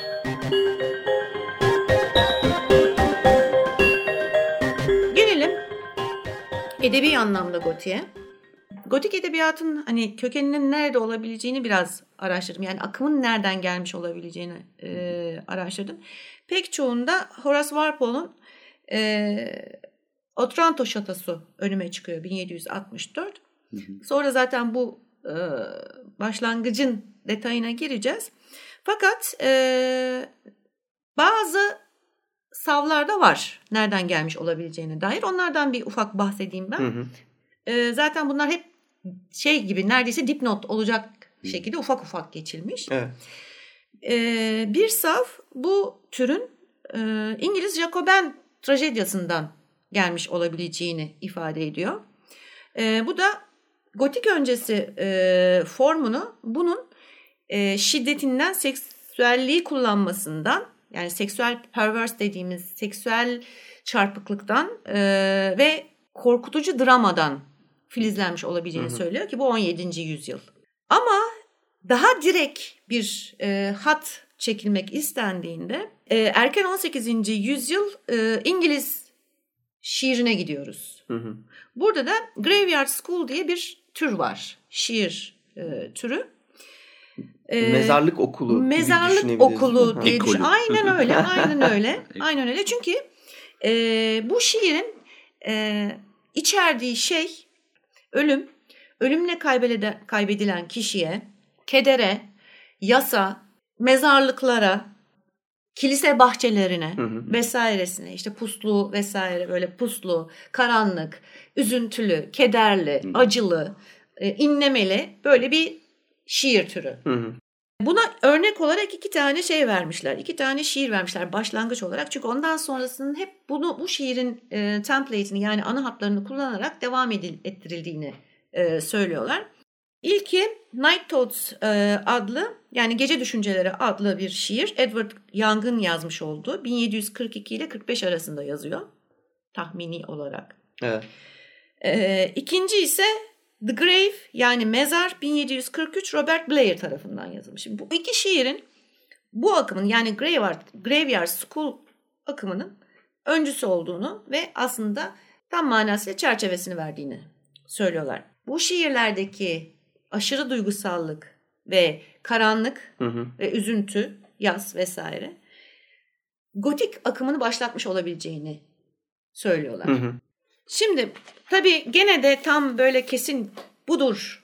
Edebi anlamda Gotik'e. Gotik edebiyatın hani kökeninin nerede olabileceğini biraz araştırdım. Yani akımın nereden gelmiş olabileceğini e, araştırdım. Pek çoğunda Horace Walpole'un E, Otranto Şatosu önüme çıkıyor bin yedi yüz altmış dört. Hı hı. Sonra zaten bu e, başlangıcın detayına gireceğiz. Fakat e, bazı savlar da var nereden gelmiş olabileceğine dair. Onlardan bir ufak bahsedeyim ben. Hı hı. E, zaten bunlar hep şey gibi neredeyse dipnot olacak hı. şekilde ufak ufak geçilmiş. Evet. E, bir sav bu türün e, İngiliz Jacoben trajedyasından gelmiş olabileceğini ifade ediyor. E, bu da gotik öncesi e, formunu bunun e, şiddetinden, seksüelliği kullanmasından, yani seksüel pervers dediğimiz seksüel çarpıklıktan e, ve korkutucu dramadan filizlenmiş olabileceğini hı hı. söylüyor ki bu on yedinci yüzyıl. Ama daha direkt bir e, hat çekilmek istendiğinde e, erken on sekizinci yüzyıl e, İngiliz şiirine gidiyoruz. Hı hı. Burada da Graveyard School diye bir tür var. Şiir e, türü. E, mezarlık okulu gibi mezarlık okulu diye düşün. Aynen öyle. Aynen öyle. Aynen öyle. Çünkü e, bu şiirin e, içerdiği şey ölüm, ölümle kaybedilen, kaybedilen kişiye, kedere, yasa, mezarlıklara, kilise bahçelerine hı hı. vesairesine, işte puslu vesaire, böyle puslu, karanlık, üzüntülü, kederli, hı. acılı, e, inlemeli böyle bir şiir türü. Hı hı. Buna örnek olarak iki tane şey vermişler. İki tane şiir vermişler başlangıç olarak. Çünkü ondan sonrasının hep bunu bu şiirin e, template'ini, yani ana hatlarını kullanarak devam edil, ettirildiğini e, söylüyorlar. İlki Night Thoughts e, adlı, yani Gece Düşünceleri adlı bir şiir. Edward Young'ın yazmış olduğu, bin yedi yüz kırk iki ile kırk beş arasında yazıyor tahmini olarak. Evet. E, ikinci ise The Grave, yani Mezar, bin yedi yüz kırk üç Robert Blair tarafından yazılmış. Şimdi bu iki şiirin bu akımın, yani Graveyard, Graveyard School akımının öncüsü olduğunu ve aslında tam manasıyla çerçevesini verdiğini söylüyorlar. Bu şiirlerdeki aşırı duygusallık ve karanlık hı hı. ve üzüntü, yas vesaire gotik akımını başlatmış olabileceğini söylüyorlar. Hı hı. Şimdi tabii gene de tam böyle kesin budur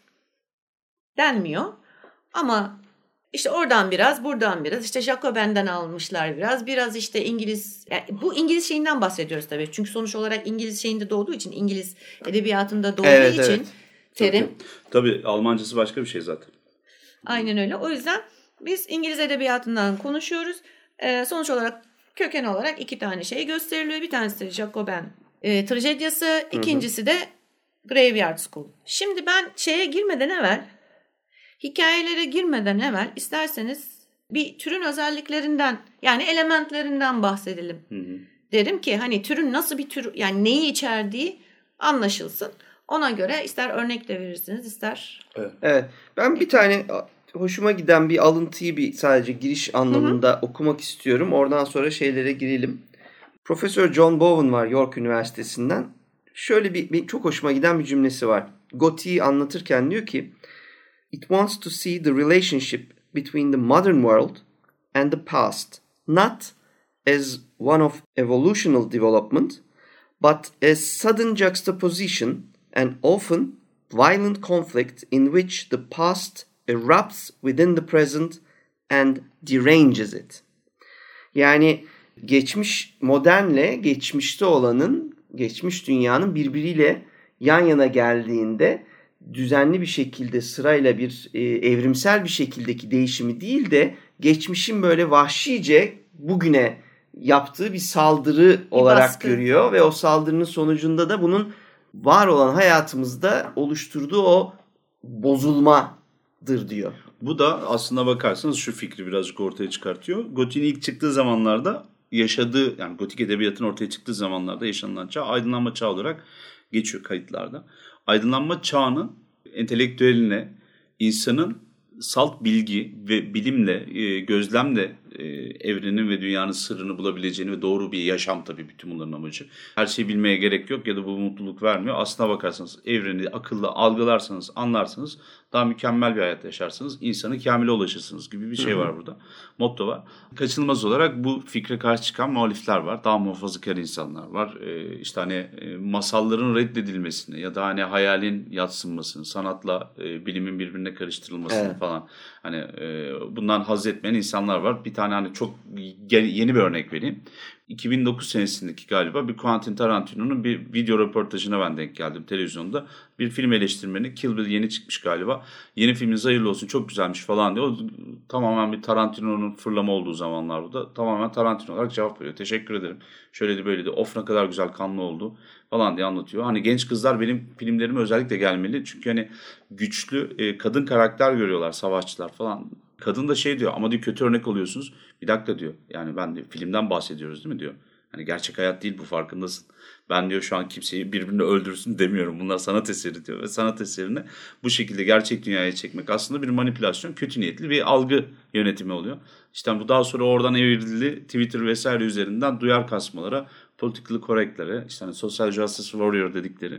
denmiyor ama işte oradan biraz, buradan biraz, işte Jacoben'den almışlar biraz, biraz işte İngiliz, yani bu İngiliz şeyinden bahsediyoruz tabii. Çünkü sonuç olarak İngiliz şeyinde doğduğu için, İngiliz edebiyatında doğduğu evet, için evet. terim. Tabii, tabii Almancası başka bir şey zaten. Aynen öyle. O yüzden biz İngiliz edebiyatından konuşuyoruz. Ee, sonuç olarak köken olarak iki tane şey gösteriliyor. Bir tanesi Jacoben e, trajedyası, ikincisi hı hı. de Graveyard School. Şimdi ben şeye girmeden evvel, hikayelere girmeden evvel isterseniz bir türün özelliklerinden, yani elementlerinden bahsedelim. Hı hı. Derim ki hani türün nasıl bir tür, yani neyi içerdiği anlaşılsın. Ona göre ister örnek de verirsiniz, ister... Evet. evet. Ben bir tane hoşuma giden bir alıntıyı bir sadece giriş anlamında hı hı. okumak istiyorum. Oradan sonra şeylere girelim. Profesör John Bowen var York Üniversitesi'nden. Şöyle bir, bir çok hoşuma giden bir cümlesi var. Goti'yi anlatırken diyor ki, "It wants to see the relationship between the modern world and the past, not as one of evolutional development, but as sudden juxtaposition and often violent conflict in which the past erupts within the present and deranges it." Yani geçmiş modernle geçmişte olanın, geçmiş dünyanın birbiriyle yan yana geldiğinde düzenli bir şekilde sırayla bir e, evrimsel bir şekildeki değişimi değil de geçmişin böyle vahşice bugüne yaptığı bir saldırı bir olarak baskı görüyor ve o saldırının sonucunda da bunun var olan hayatımızda oluşturduğu o bozulmadır diyor. Bu da aslında bakarsanız şu fikri birazcık ortaya çıkartıyor. Gotik'in ilk çıktığı zamanlarda yaşadığı, yani gotik edebiyatın ortaya çıktığı zamanlarda yaşanılan çağ aydınlanma çağı olarak geçiyor kayıtlarda. Aydınlanma çağının entelektüeline, insanın salt bilgi ve bilimle, gözlemle e, evrenin ve dünyanın sırrını bulabileceğini ve doğru bir yaşam tabii bütün bunların amacı. Her şeyi bilmeye gerek yok ya da bu mutluluk vermiyor. Aslına bakarsanız evreni akıllı algılarsanız, anlarsanız daha mükemmel bir hayat yaşarsınız. İnsanı kamile ulaşırsınız gibi bir şey var burada. Motto var. Kaçınılmaz olarak bu fikre karşı çıkan muhalifler var. Daha muhafazakar insanlar var. Ee, işte hani e, masalların reddedilmesini ya da hani hayalin yadsınmasını, sanatla e, bilimin birbirine karıştırılmasını evet. falan. Hani e, bundan haz etmeyen insanlar var. Bir tane hani çok yeni bir örnek vereyim. iki bin dokuz senesindeki galiba bir Quentin Tarantino'nun bir video röportajına ben denk geldim televizyonda. Bir film eleştirmeni, Kill Bill yeni çıkmış galiba. Yeni filminiz hayırlı olsun, çok güzelmiş falan diyor. O tamamen bir Tarantino'nun fırlama olduğu zamanlar bu da. Tamamen Tarantino olarak cevap veriyor. Teşekkür ederim. Şöyle de böyle de. Of ne kadar güzel, kanlı oldu falan diye anlatıyor. Hani genç kızlar benim filmlerime özellikle gelmeli. Çünkü hani güçlü e, kadın karakter görüyorlar, savaşçılar falan. Kadın da şey diyor ama diyor kötü örnek oluyorsunuz. Bir dakika diyor. Yani ben diyor filmden bahsediyoruz değil mi diyor. Hani gerçek hayat değil bu, farkındasın. Ben diyor şu an kimseyi birbirini öldürsün demiyorum. Bunlar sanat eseri diyor. Ve sanat eserini bu şekilde gerçek dünyaya çekmek aslında bir manipülasyon, kötü niyetli bir algı yönetimi oluyor. İşte bu daha sonra oradan evrildi. Twitter vesaire üzerinden duyar kasmalara, politically correct'lere, işte hani social justice warrior dedikleri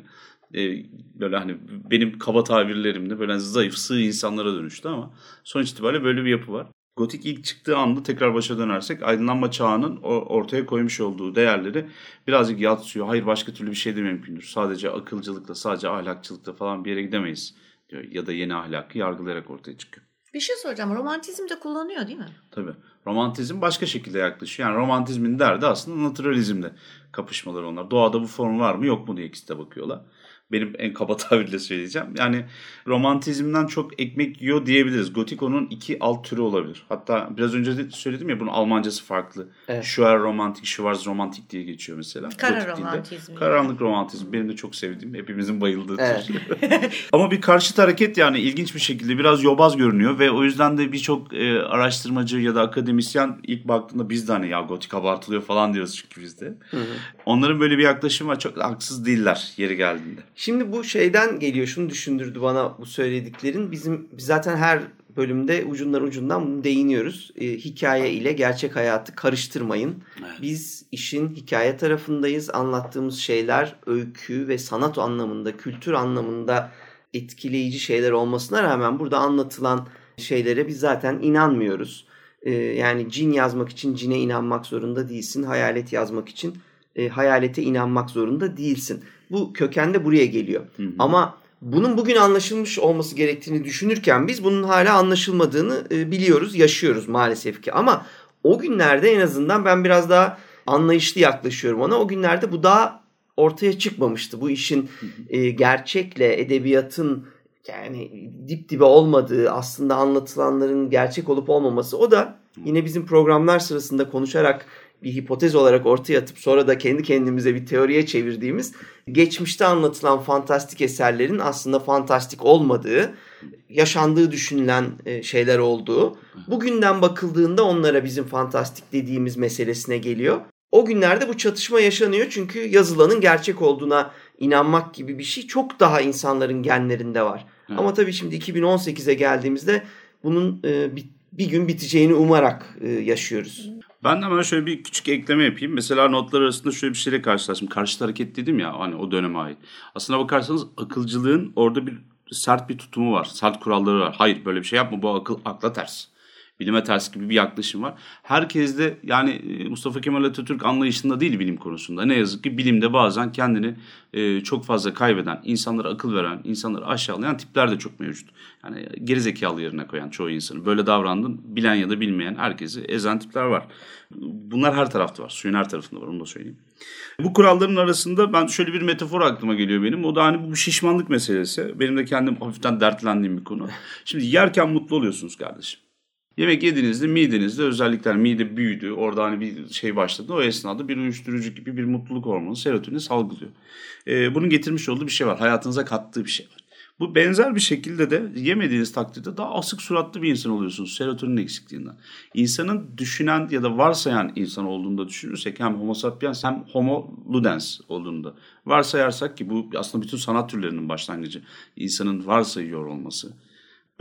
böyle hani benim kaba tabirlerimde böyle zayıf, sığ insanlara dönüştü ama sonuç itibariyle böyle bir yapı var. Gotik ilk çıktığı anda tekrar başa dönersek aydınlanma çağının ortaya koymuş olduğu değerleri birazcık yadsıyor. Hayır, başka türlü bir şey de mümkündür. Sadece akılcılıkla, sadece ahlakçılıkla falan bir yere gidemeyiz diyor. Ya da yeni ahlakı yargılayarak ortaya çıkıyor. Bir şey soracağım. Romantizm de kullanıyor değil mi? Tabii. Romantizm başka şekilde yaklaşıyor. Yani romantizmin derdi aslında naturalizmle kapışmaları onlar. Doğada bu form var mı yok mu diye ikisi de bakıyorlar. Benim en kaba tabirle söyleyeceğim. Yani romantizmden çok ekmek yiyor diyebiliriz. Gotik onun iki alt türü olabilir. Hatta biraz önce de söyledim ya, bunun Almancası farklı. Evet. Schwarromantik, Schwarzromantik diye geçiyor mesela. Kara romantizm. Karanlık romantizm. Benim de çok sevdiğim, hepimizin bayıldığı evet. tür. Ama bir karşıt hareket, yani ilginç bir şekilde biraz yobaz görünüyor ve o yüzden de birçok e, araştırmacı ya da akademisyen ilk baktığında biz de hani ya gotik abartılıyor falan diyoruz çünkü biz de. Hı hı. Onların böyle bir yaklaşımı var. Çok haksız değiller yeri geldiğinde. Şimdi bu şeyden geliyor, şunu düşündürdü bana bu söylediklerin. Bizim zaten her bölümde ucundan ucundan değiniyoruz. E, hikaye ile gerçek hayatı karıştırmayın. Evet. Biz işin hikaye tarafındayız. Anlattığımız şeyler öykü ve sanat anlamında, kültür anlamında etkileyici şeyler olmasına rağmen burada anlatılan şeylere biz zaten inanmıyoruz. E, yani cin yazmak için cine inanmak zorunda değilsin. Hayalet yazmak için e, hayalete inanmak zorunda değilsin. Bu kökende buraya geliyor. Hı hı. Ama bunun bugün anlaşılmış olması gerektiğini düşünürken biz bunun hala anlaşılmadığını e, biliyoruz, yaşıyoruz maalesef ki. Ama o günlerde en azından ben biraz daha anlayışlı yaklaşıyorum ona. O günlerde bu daha ortaya çıkmamıştı. Bu işin e, gerçekle edebiyatın yani dip dibe olmadığı, aslında anlatılanların gerçek olup olmaması. O da yine bizim programlar sırasında konuşarak bir hipotez olarak ortaya atıp sonra da kendi kendimize bir teoriye çevirdiğimiz geçmişte anlatılan fantastik eserlerin aslında fantastik olmadığı, yaşandığı düşünülen şeyler olduğu, bugünden bakıldığında onlara bizim fantastik dediğimiz meselesine geliyor. O günlerde bu çatışma yaşanıyor çünkü yazılanın gerçek olduğuna inanmak gibi bir şey çok daha insanların genlerinde var. Hı. Ama tabii şimdi iki bin on sekize geldiğimizde bunun bir, bir gün biteceğini umarak yaşıyoruz. Ben de hemen şöyle bir küçük ekleme yapayım. Mesela notlar arasında şöyle bir şeyle karşılaştım. Karşıt hareket dedim ya, hani o döneme ait. Aslına bakarsanız akılcılığın orada bir sert bir tutumu var. Sert kuralları var. Hayır, böyle bir şey yapma, bu akıl akla ters. Bilime ters gibi bir yaklaşım var. Herkes de yani Mustafa Kemal Atatürk anlayışında değil bilim konusunda. Ne yazık ki bilimde bazen kendini e, çok fazla kaybeden, insanlara akıl veren, insanları aşağılayan tipler de çok mevcut. Yani gerizekalı yerine koyan çoğu insanı. Böyle davrandın, bilen ya da bilmeyen herkesi ezen tipler var. Bunlar her tarafta var. Suyun her tarafında var, onu da söyleyeyim. Bu kuralların arasında ben şöyle bir metafor aklıma geliyor benim. O da hani bu şişmanlık meselesi. Benim de kendim hafiften dertlendiğim bir konu. Şimdi yerken mutlu oluyorsunuz kardeşim. Yemek yediğinizde midenizde özellikle mide büyüdü. Orada hani bir şey başladı. O esnada bir uyuşturucu gibi bir mutluluk hormonu, serotonin salgılıyor. Ee, bunun getirmiş olduğu bir şey var. Hayatınıza kattığı bir şey var. Bu benzer bir şekilde de yemediğiniz takdirde daha asık suratlı bir insan oluyorsunuz serotonin eksikliğinden. İnsanın düşünen ya da varsayan insan olduğunu da düşünürsek hem homo sapiens hem homo ludens olduğunu da varsayarsak ki bu aslında bütün sanat türlerinin başlangıcı, insanın varsayıyor olması.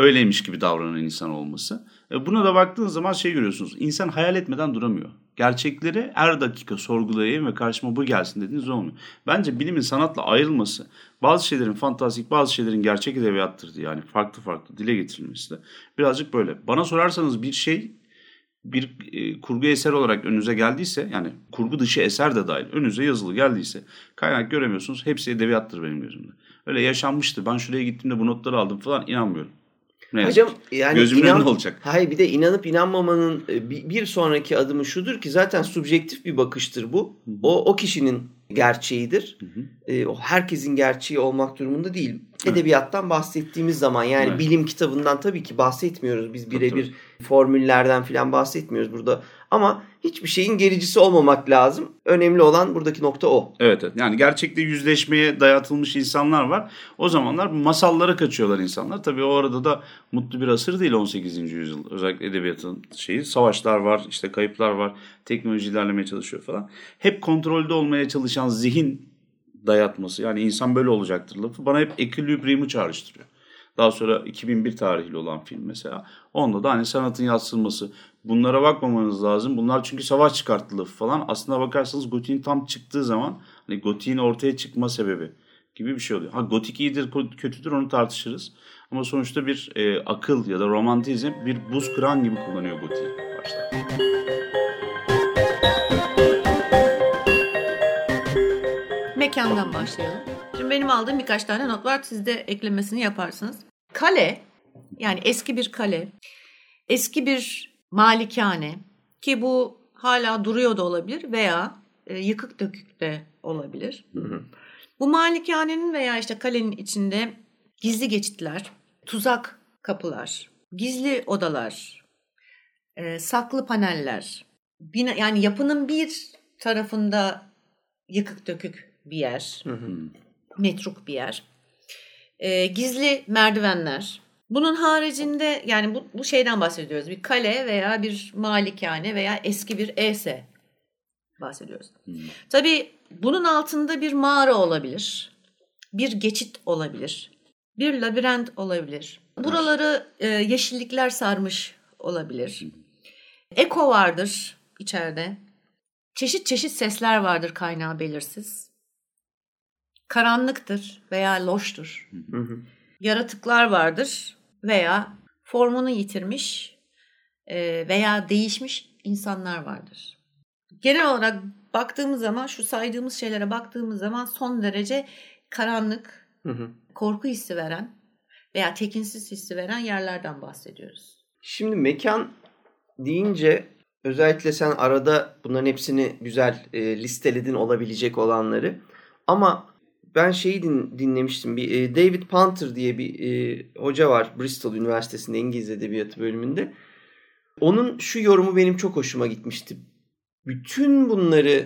öyleymiş gibi davranan insan olması. E, buna da baktığınız zaman şey görüyorsunuz. İnsan hayal etmeden duramıyor. Gerçekleri her dakika sorgulayayım ve karşıma bu gelsin dediğiniz olmuyor. Bence bilimin sanatla ayrılması, bazı şeylerin fantastik, bazı şeylerin gerçek edebiyattır diye, yani farklı farklı dile getirilmesi de birazcık böyle. Bana sorarsanız bir şey bir e, kurgu eser olarak önünüze geldiyse, yani kurgu dışı eser de dahil önünüze yazılı geldiyse kaynak göremiyorsunuz. Hepsi edebiyattır benim gözümde. Öyle yaşanmıştı, ben şuraya gittiğimde bu notları aldım falan, inanmıyorum. Ne Hocam yani gözümün inan, önünde olacak. Hayır, bir de inanıp inanmamanın bir sonraki adımı şudur ki zaten subjektif bir bakıştır bu. Hı hı. O o kişinin gerçeğidir. Hı hı. E, o herkesin gerçeği olmak durumunda değil. Evet. Edebiyattan bahsettiğimiz zaman yani evet. bilim kitabından tabii ki bahsetmiyoruz. Biz birebir formüllerden falan bahsetmiyoruz burada. Ama hiçbir şeyin gericisi olmamak lazım. Önemli olan buradaki nokta o. Evet, evet. Yani gerçekle yüzleşmeye dayatılmış insanlar var. O zamanlar masallara kaçıyorlar insanlar. Tabii o arada da mutlu bir asır değil on sekizinci yüzyıl. Özellikle edebiyatın şeyi. Savaşlar var, işte kayıplar var. Teknoloji ilerlemeye çalışıyor falan. Hep kontrolde olmaya çalışan zihin dayatması. Yani insan böyle olacaktır lafı. Bana hep ekilibrium'u çağrıştırıyor. Daha sonra iki bin bir tarihli olan film mesela. Onda da hani sanatın yadsınması. Bunlara bakmamanız lazım. Bunlar çünkü savaş çıkarttı lafı falan. Aslına bakarsanız gotiğin tam çıktığı zaman hani gotiğin ortaya çıkma sebebi gibi bir şey oluyor. Ha, gotik iyidir kötüdür onu tartışırız. Ama sonuçta bir e, akıl ya da romantizm bir buz kıran gibi kullanıyor gotiği başta. Mekandan başlayalım. Şimdi benim aldığım birkaç tane not var. Siz de eklemesini yaparsınız. Kale, yani eski bir kale, eski bir malikane ki bu hala duruyor da olabilir veya e, yıkık dökük de olabilir. Hı hı. Bu malikanenin veya işte kalenin içinde gizli geçitler, tuzak kapılar, gizli odalar, e, saklı paneller, bina, yani yapının bir tarafında yıkık dökük bir yer, hı hı. metruk bir yer, e, gizli merdivenler. Bunun haricinde yani bu, bu şeyden bahsediyoruz. Bir kale veya bir malikane veya eski bir evse bahsediyoruz. Hmm. Tabii bunun altında bir mağara olabilir. Bir geçit olabilir. Bir labirent olabilir. Buraları e, yeşillikler sarmış olabilir. Hmm. Eko vardır içeride. Çeşit çeşit sesler vardır, kaynağı belirsiz. Karanlıktır veya loştur. Hmm. Yaratıklar vardır veya formunu yitirmiş veya değişmiş insanlar vardır. Genel olarak baktığımız zaman, şu saydığımız şeylere baktığımız zaman son derece karanlık, hı hı. korku hissi veren veya tekinsiz hissi veren yerlerden bahsediyoruz. Şimdi mekan deyince özellikle sen arada bunların hepsini güzel e, listeledin, olabilecek olanları. Ama ben şeyi din, dinlemiştim. Bir e, David Punter diye bir e, hoca var Bristol Üniversitesi'nde İngiliz Edebiyatı bölümünde. Onun şu yorumu benim çok hoşuma gitmişti. Bütün bunları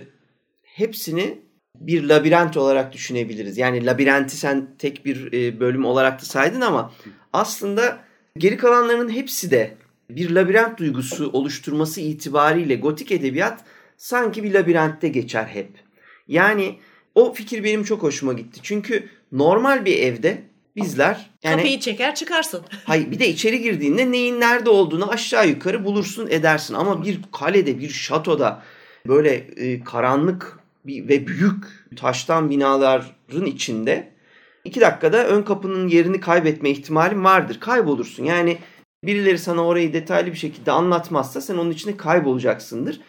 hepsini bir labirent olarak düşünebiliriz. Yani labirenti sen tek bir e, bölüm olarak da saydın ama aslında geri kalanların hepsi de bir labirent duygusu oluşturması itibariyle gotik edebiyat sanki bir labirentte geçer hep. Yani o fikir benim çok hoşuma gitti. Çünkü normal bir evde bizler... Yani, kapıyı çeker çıkarsın. Hayır, bir de içeri girdiğinde neyin nerede olduğunu aşağı yukarı bulursun edersin. Ama bir kalede, bir şatoda böyle e, karanlık bir, ve büyük taştan binaların içinde iki dakikada ön kapının yerini kaybetme ihtimalin vardır. Kaybolursun. Yani birileri sana orayı detaylı bir şekilde anlatmazsa sen onun içinde kaybolacaksındır.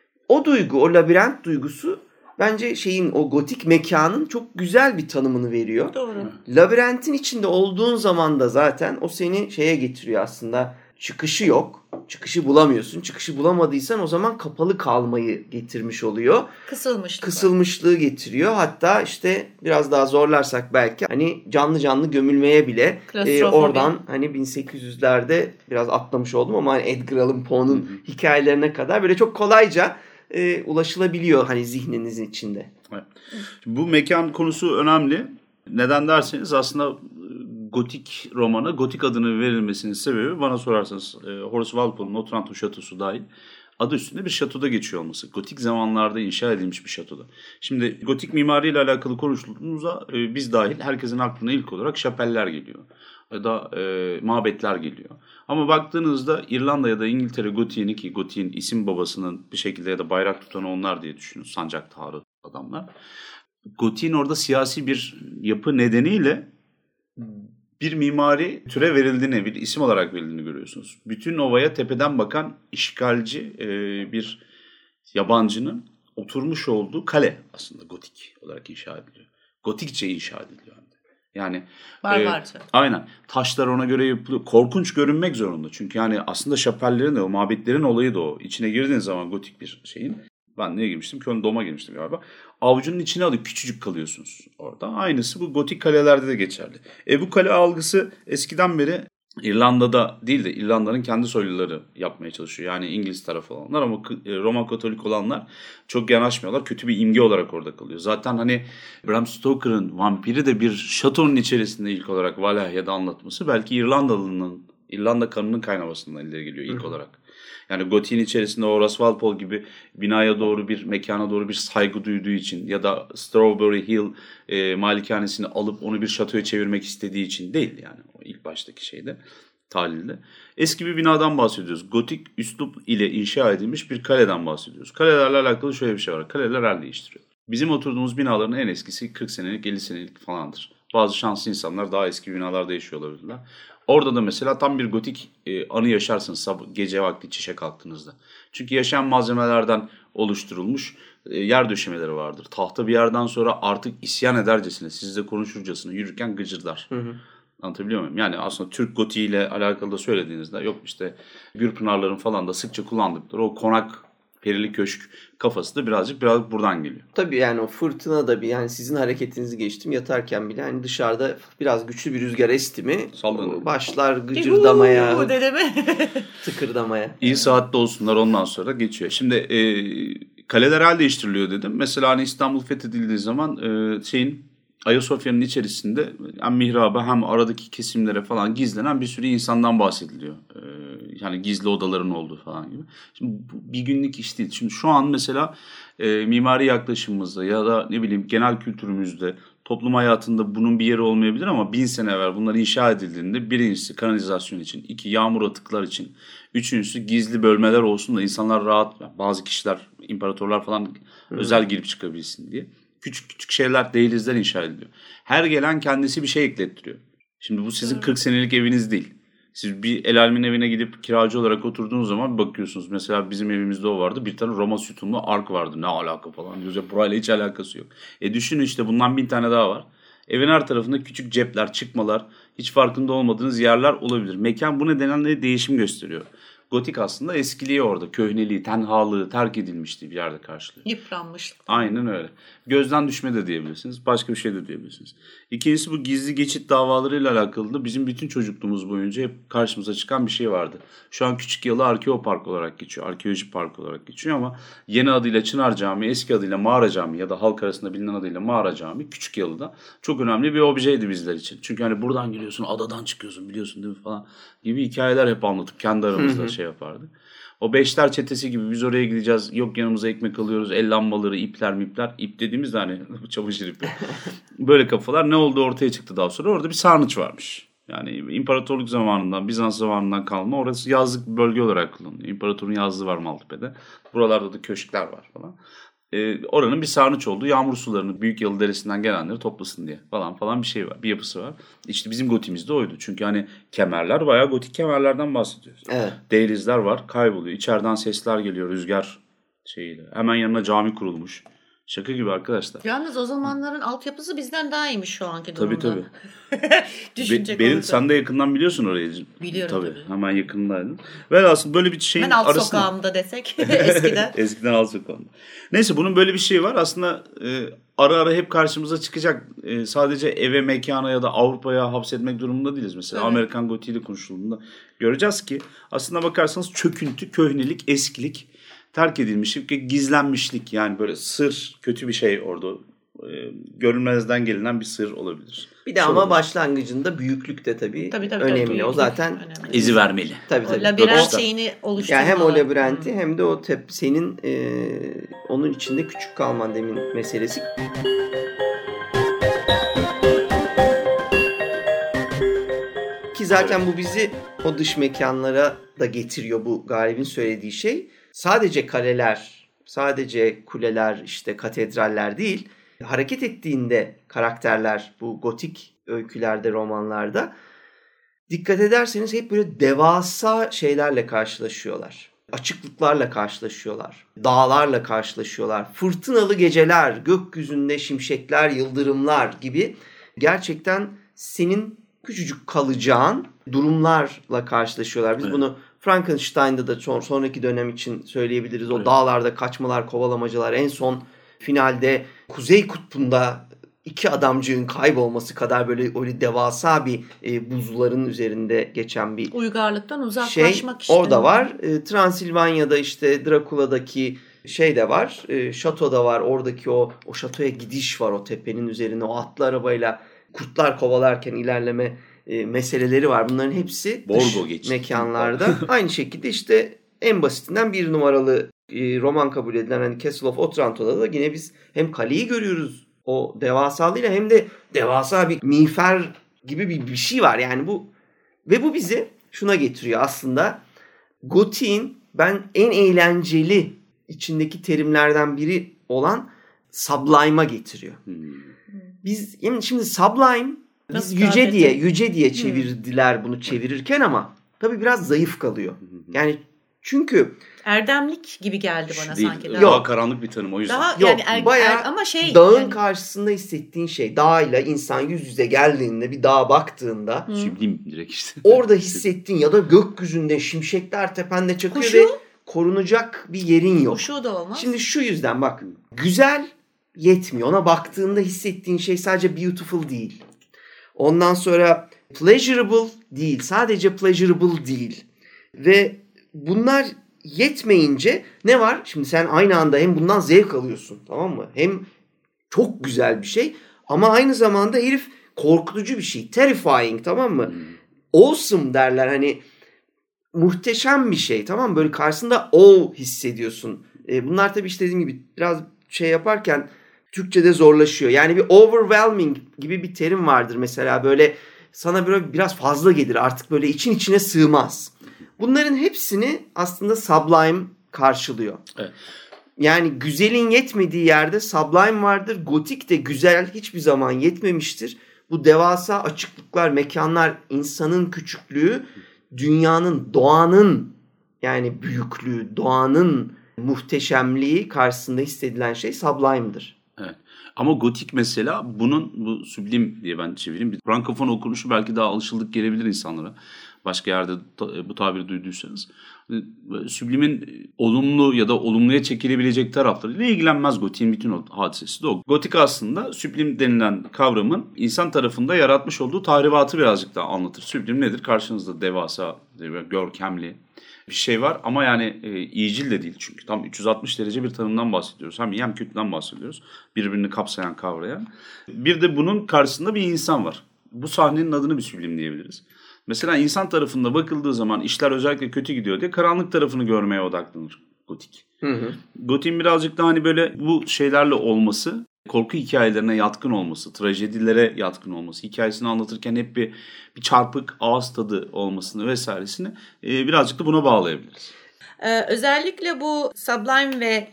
O duygu, o labirent duygusu bence şeyin, o gotik mekanın çok güzel bir tanımını veriyor. Doğru. Labirentin içinde olduğun zaman da zaten o seni şeye getiriyor aslında. Çıkışı yok. Çıkışı bulamıyorsun. Çıkışı bulamadıysan o zaman kapalı kalmayı getirmiş oluyor. Kısılmışlık. Kısılmışlığı getiriyor. Hatta işte biraz daha zorlarsak belki hani canlı canlı gömülmeye bile e, oradan hani bin sekiz yüzlerde biraz atlamış oldum ama hani Edgar Allan Poe'nun Hı-hı. hikayelerine kadar böyle çok kolayca e, ulaşılabiliyor hani zihninizin içinde. Evet. Bu mekan konusu önemli. Neden derseniz aslında gotik romana gotik adını verilmesinin sebebi bana sorarsanız Horace Walpole'un Otranto Şatosu dahil adı üstünde bir şatoda geçiyor olması. Gotik zamanlarda inşa edilmiş bir şatoda. Şimdi gotik mimariyle alakalı konuştuğumuzda e, biz dahil herkesin aklına ilk olarak şapeller geliyor. Ya da e, mabetler geliyor. Ama baktığınızda İrlanda ya da İngiltere gotiğini, ki gotiğin isim babasının bir şekilde ya da bayrak tutanı onlar diye düşünün. Sancak tarı adamlar. Gotiğin orada siyasi bir yapı nedeniyle bir mimari türe verildiğini, bir isim olarak verildiğini görüyorsunuz. Bütün ovaya tepeden bakan işgalci e, bir yabancının oturmuş olduğu kale aslında gotik olarak inşa ediliyor. Gotikçe inşa ediliyor. Yani Barbarca. E, aynen. Taşlar ona göre yapılıyor. Korkunç görünmek zorunda. Çünkü yani aslında şapellerin de o mabetlerin olayı da o. İçine girdiğiniz zaman gotik bir şeyin. Ben neye girmiştim? Köln Dom'a girmiştim galiba. Avucunun içine alıp küçücük kalıyorsunuz orada. Aynısı bu gotik kalelerde de geçerli. E bu kale algısı eskiden beri İrlanda'da değil de İrlanda'nın kendi soyluları yapmaya çalışıyor. Yani İngiliz tarafı olanlar ama Roma Katolik olanlar çok yanaşmıyorlar. Kötü bir imge olarak orada kalıyor. Zaten hani Bram Stoker'ın vampiri de bir şatonun içerisinde ilk olarak Valhalya'da anlatması belki İrlandalı'nın, İrlanda kanının kaynamasından ileri geliyor ilk Hı. olarak. Yani gotiğin içerisinde Horace Walpole gibi binaya doğru bir, mekana doğru bir saygı duyduğu için ya da Strawberry Hill e, malikanesini alıp onu bir şatoya çevirmek istediği için değil yani o ilk baştaki şeyde, tahlilde. Eski bir binadan bahsediyoruz. Gotik üslup ile inşa edilmiş bir kaleden bahsediyoruz. Kalelerle alakalı şöyle bir şey var. Kaleler el değiştiriyor. Bizim oturduğumuz binaların en eskisi kırk senelik, elli senelik falandır. Bazı şanslı insanlar daha eski binalarda yaşıyor olabilirler. Orada da mesela tam bir gotik e, anı yaşarsınız sabah, gece vakti çişe kalktığınızda. Çünkü yaşayan malzemelerden oluşturulmuş e, yer döşemeleri vardır. Tahta bir yerden sonra artık isyan edercesine, sizle konuşurcasına yürürken gıcırdar. Hı hı. Anlatabiliyor muyum? Yani aslında Türk gotiği ile alakalı da söylediğinizde yok işte Gürpınarların falan da sıkça kullandıkları o konak, perili köşk kafası da birazcık birazcık buradan geliyor. Tabii yani o fırtına da bir, yani sizin hareketinizi geçtim, yatarken bile hani dışarıda biraz güçlü bir rüzgar esti mi başlar gıcırdamaya, tıkırdamaya. İyi saatte olsunlar, ondan sonra geçiyor. Şimdi e, kaleler el değiştiriliyor dedim. Mesela hani İstanbul fethedildiği zaman e, şeyin Ayasofya'nın içerisinde hem mihraba hem aradaki kesimlere falan gizlenen bir sürü insandan bahsediliyor. Ee, yani gizli odaların olduğu falan gibi. Şimdi bu bir günlük iş değil. Şimdi şu an mesela e, mimari yaklaşımımızda ya da ne bileyim genel kültürümüzde, toplum hayatında bunun bir yeri olmayabilir ama bin sene evvel bunlar inşa edildiğinde birincisi kanalizasyon için, iki yağmur atıklar için, üçüncüsü gizli bölmeler olsun da insanlar rahat, bazı kişiler, imparatorlar falan Hı. özel girip çıkabilsin diye. Küçük küçük şeyler, dehlizler inşa ediliyor. Her gelen kendisi bir şey eklettiriyor. Şimdi bu sizin kırk senelik eviniz değil. Siz bir el alemin evine gidip kiracı olarak oturduğunuz zaman bakıyorsunuz. Mesela bizim evimizde o vardı. Bir tane Roma sütunlu ark vardı. Ne alaka falan diyoruz. Ya burayla hiç alakası yok. E düşünün işte bundan bin tane daha var. Evin her tarafında küçük cepler, çıkmalar, hiç farkında olmadığınız yerler olabilir. Mekan bu nedenle değişim gösteriyor. Gotik aslında eskiliği orada, köhneliği, tenhalığı, terk edilmişti bir yerde karşılıyor. Yıpranmışlık. Aynen öyle. Gözden düşme de diyebilirsiniz, başka bir şey de diyebilirsiniz. İkincisi bu gizli geçit davalarıyla alakalı da bizim bütün çocukluğumuz boyunca hep karşımıza çıkan bir şey vardı. Şu an Küçükyalı Arkeopark olarak geçiyor, Arkeoloji Park olarak geçiyor ama yeni adıyla Çınar Camii, eski adıyla Mağara Camii ya da halk arasında bilinen adıyla Mağara Camii Küçükyalı'da çok önemli bir objeydi bizler için. Çünkü hani buradan geliyorsun, adadan çıkıyorsun biliyorsun değil mi falan gibi hikayeler hep anlatıp kendi aramızda şey yapardık. O Beşler Çetesi gibi biz oraya gideceğiz. Yok yanımıza ekmek alıyoruz. El lambaları, ipler mipler. İp dediğimiz de hani çamaşır ipi. Böyle kafalar. Ne oldu ortaya çıktı daha sonra? Orada bir sarnıç varmış. Yani imparatorluk zamanından, Bizans zamanından kalma. Orası yazlık bir bölge olarak kullanılıyor. İmparatorun yazlığı var Maltepe'de. Buralarda da köşkler var falan. Ee, oranın bir sarnıç olduğu, yağmur sularını Büyükyalı Deresi'nden gelenleri toplasın diye falan falan bir şey var. Bir yapısı var. İşte bizim gotimizde oydu. Çünkü hani kemerler bayağı gotik kemerlerden bahsediyoruz. Evet. Dehlizler var, kayboluyor. İçeriden sesler geliyor rüzgar şeyiyle. Hemen yanına cami kurulmuş. Şaka gibi arkadaşlar. Yalnız o zamanların altyapısı bizden daha iyiymiş şu anki durumda. Tabii tabii. Düşünecek Be- Benim, olursa. sen de yakından biliyorsun orayı. Biliyorum tabii. tabii. Hemen yakındaydın. Velhasıl böyle bir şeyin arasında. Ben alt arasında... sokağımda desek eskiden. Eskiden alt sokağımda. Neyse bunun böyle bir şeyi var. Aslında e, ara ara hep karşımıza çıkacak. E, sadece eve, mekana ya da Avrupa'ya hapsetmek durumunda değiliz. Mesela evet. Amerikan gotiğiyle konuşulduğunda göreceğiz ki aslında bakarsanız çöküntü, köhnelik, eskilik, terk edilmişlik ve gizlenmişlik, yani böyle sır, kötü bir şey orada e, görünmezden gelinen bir sır olabilir. Bir de Şu ama olabilir. başlangıcında büyüklük de tabii, Tabii, tabii, önemli. tabii. O zaten Önemli. İzi vermeli. tabii O tabii. labirent O- şeyini oluşturmalı. Yani hem o labirenti hmm. hem de o tep senin e, onun içinde küçük kalman demin meselesi. Ki zaten bu bizi o dış mekanlara da getiriyor, bu Galip'in söylediği şey. Sadece kaleler, sadece kuleler, işte katedraller değil. Hareket ettiğinde karakterler bu gotik öykülerde, romanlarda dikkat ederseniz hep böyle devasa şeylerle karşılaşıyorlar. Açıklıklarla karşılaşıyorlar. Dağlarla karşılaşıyorlar. Fırtınalı geceler, gökyüzünde şimşekler, yıldırımlar gibi gerçekten senin küçücük kalacağın durumlarla karşılaşıyorlar. Biz evet. bunu Frankenstein'da da sonraki dönem için söyleyebiliriz. O evet. dağlarda kaçmalar, kovalamacalar, en son finalde Kuzey Kutbu'nda iki adamcığın kaybolması kadar böyle öyle devasa bir e, buzulların üzerinde geçen bir uygarlıktan uzaklaşmak şey işte. Orada var. E, Transilvanya'da işte Drakula'daki şey de var. E, şato da var. Oradaki o o şatoya gidiş var, o tepenin üzerine o atlı arabayla kurtlar kovalarken ilerleme e, meseleleri var. Bunların hepsi Borgo dış mekanlarda. Aynı şekilde işte en basitinden bir numaralı e, roman kabul edilen hani Castle of Otranto'da da yine biz hem kaleyi görüyoruz o devasalığıyla hem de devasa bir miğfer gibi bir, bir şey var. Yani bu ve bu bizi şuna getiriyor aslında. Gotik'in ben en eğlenceli içindeki terimlerden biri olan sublime'a getiriyor. Hmm. Biz şimdi sublime biz Nasıl yüce diye yüce diye çevirdiler hmm. bunu çevirirken ama tabii biraz zayıf kalıyor. Yani çünkü erdemlik gibi geldi bana değil, sanki. Daha Yok. karanlık bir tanım o yüzden. Daha, Yok, yani er, bayağı er, ama şey dağın yani... karşısında hissettiğin şey, dağıyla insan yüz yüze geldiğinde bir dağa baktığında süblim direkt işte. Orada hissettiğin ya da gökyüzünde şimşekler tepende çakıyor Kuşu, ve korunacak bir yerin yok. Kuşu da olmaz. Şimdi şu yüzden bak, güzel yetmiyor. Ona baktığında hissettiğin şey sadece beautiful değil. Ondan sonra pleasurable değil. Sadece pleasurable değil. Ve bunlar yetmeyince ne var? Şimdi sen aynı anda hem bundan zevk alıyorsun, tamam mı? Hem çok güzel bir şey ama aynı zamanda herif korkutucu bir şey. Terrifying, tamam mı? Hmm. Awesome derler, hani muhteşem bir şey, tamam mı? Böyle karşısında o hissediyorsun. E, bunlar tabii işte dediğim gibi biraz şey yaparken Türkçe'de zorlaşıyor. Yani bir overwhelming gibi bir terim vardır mesela, böyle sana böyle biraz fazla gelir, artık böyle için içine sığmaz. Bunların hepsini aslında sublime karşılıyor. Evet. Yani güzelin yetmediği yerde sublime vardır. Gotik de güzel hiçbir zaman yetmemiştir. Bu devasa açıklıklar, mekanlar, insanın küçüklüğü, dünyanın, doğanın yani büyüklüğü, doğanın muhteşemliği karşısında hissedilen şey sublime'dır. Evet. Ama gotik mesela bunun, bu süblim diye ben çevireyim. Frankofon okunuşu belki daha alışıldık gelebilir insanlara. Başka yerde bu tabiri duyduysanız. Süblimin olumlu ya da olumluya çekilebilecek taraflarıyla ilgilenmez gotiğin bütün o hadisesi de o. Gotik aslında süblim denilen kavramın insan tarafında yaratmış olduğu tahribatı birazcık daha anlatır. Süblim nedir? Karşınızda devasa, görkemli bir şey var ama yani e, iyicil de değil, çünkü tam üç yüz altmış derece bir tanımdan bahsediyoruz. Hem iyi hem kötüden bahsediyoruz. Birbirini kapsayan, kavrayan. Bir de bunun karşısında bir insan var. Bu sahnenin adını bir süblim diyebiliriz. Mesela insan tarafında bakıldığı zaman işler özellikle kötü gidiyor diye karanlık tarafını görmeye odaklanır gotik. Hı hı. Gotik'in birazcık da hani böyle bu şeylerle olması, korku hikayelerine yatkın olması, trajedilere yatkın olması, hikayesini anlatırken hep bir, bir çarpık ağız tadı olmasını vesairesini e, birazcık da buna bağlayabiliriz. Ee, özellikle bu sublime ve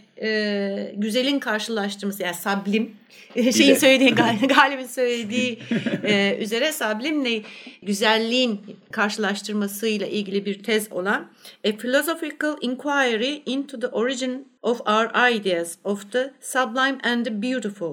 e, güzelin karşılaştırması, yani sublim, şeyin söylediği, Galip'in söylediği e, üzere sublimle güzelliğin karşılaştırmasıyla ilgili bir tez olan A Philosophical Inquiry into the Origin of Our Ideas of the Sublime and the Beautiful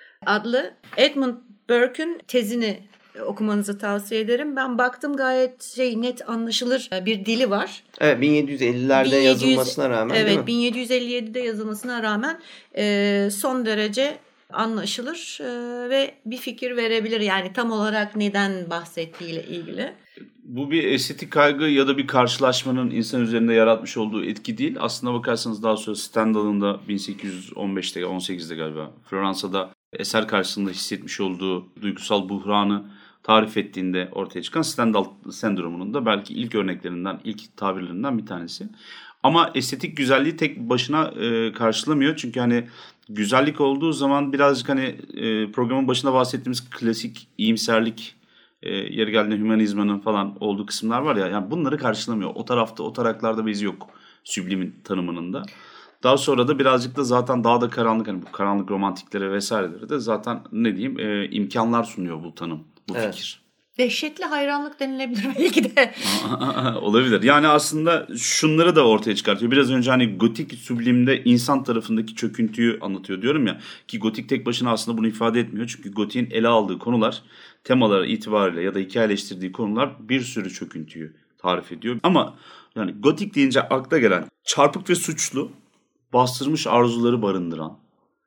adlı Edmund Burke'ün tezini okumanızı tavsiye ederim. Ben baktım, gayet şey, net anlaşılır bir dili var. Evet, bin yedi yüz ellilerde bin yedi yüz, yazılmasına rağmen evet, değil mi? bin yedi yüz elli yedide yazılmasına rağmen e, son derece anlaşılır e, ve bir fikir verebilir. Yani tam olarak neden bahsettiğiyle ilgili. Bu bir estetik kaygı ya da bir karşılaşmanın insan üzerinde yaratmış olduğu etki değil. Aslına bakarsanız daha sonra Stendhal'ın da bin sekiz yüz on beşte on sekizde galiba Floransa'da eser karşısında hissetmiş olduğu duygusal buhranı tarif ettiğinde ortaya çıkan Stendhal sendromunun da belki ilk örneklerinden, ilk tabirlerinden bir tanesi. Ama estetik güzelliği tek başına e, karşılamıyor. Çünkü hani güzellik olduğu zaman birazcık hani e, programın başında bahsettiğimiz klasik iyimserlik, e, yeri geldiğinde hümanizmanın falan olduğu kısımlar var ya. Yani bunları karşılamıyor. O tarafta, o taraklarda bezi yok Süblim'in tanımının da. Daha sonra da birazcık da zaten daha da karanlık, hani bu karanlık romantiklere vesaireleri de zaten ne diyeyim e, imkanlar sunuyor bu tanım, bu evet. fikir. Dehşetli hayranlık denilebilir belki de. Olabilir. Yani aslında şunları da ortaya çıkartıyor. Biraz önce hani gotik sublimde insan tarafındaki çöküntüyü anlatıyor diyorum ya. Ki gotik tek başına aslında bunu ifade etmiyor. Çünkü gotiğin ele aldığı konular, temaları itibariyle ya da hikayeleştirdiği konular bir sürü çöküntüyü tarif ediyor. Ama yani gotik deyince akla gelen çarpık ve suçlu, bastırmış arzuları barındıran,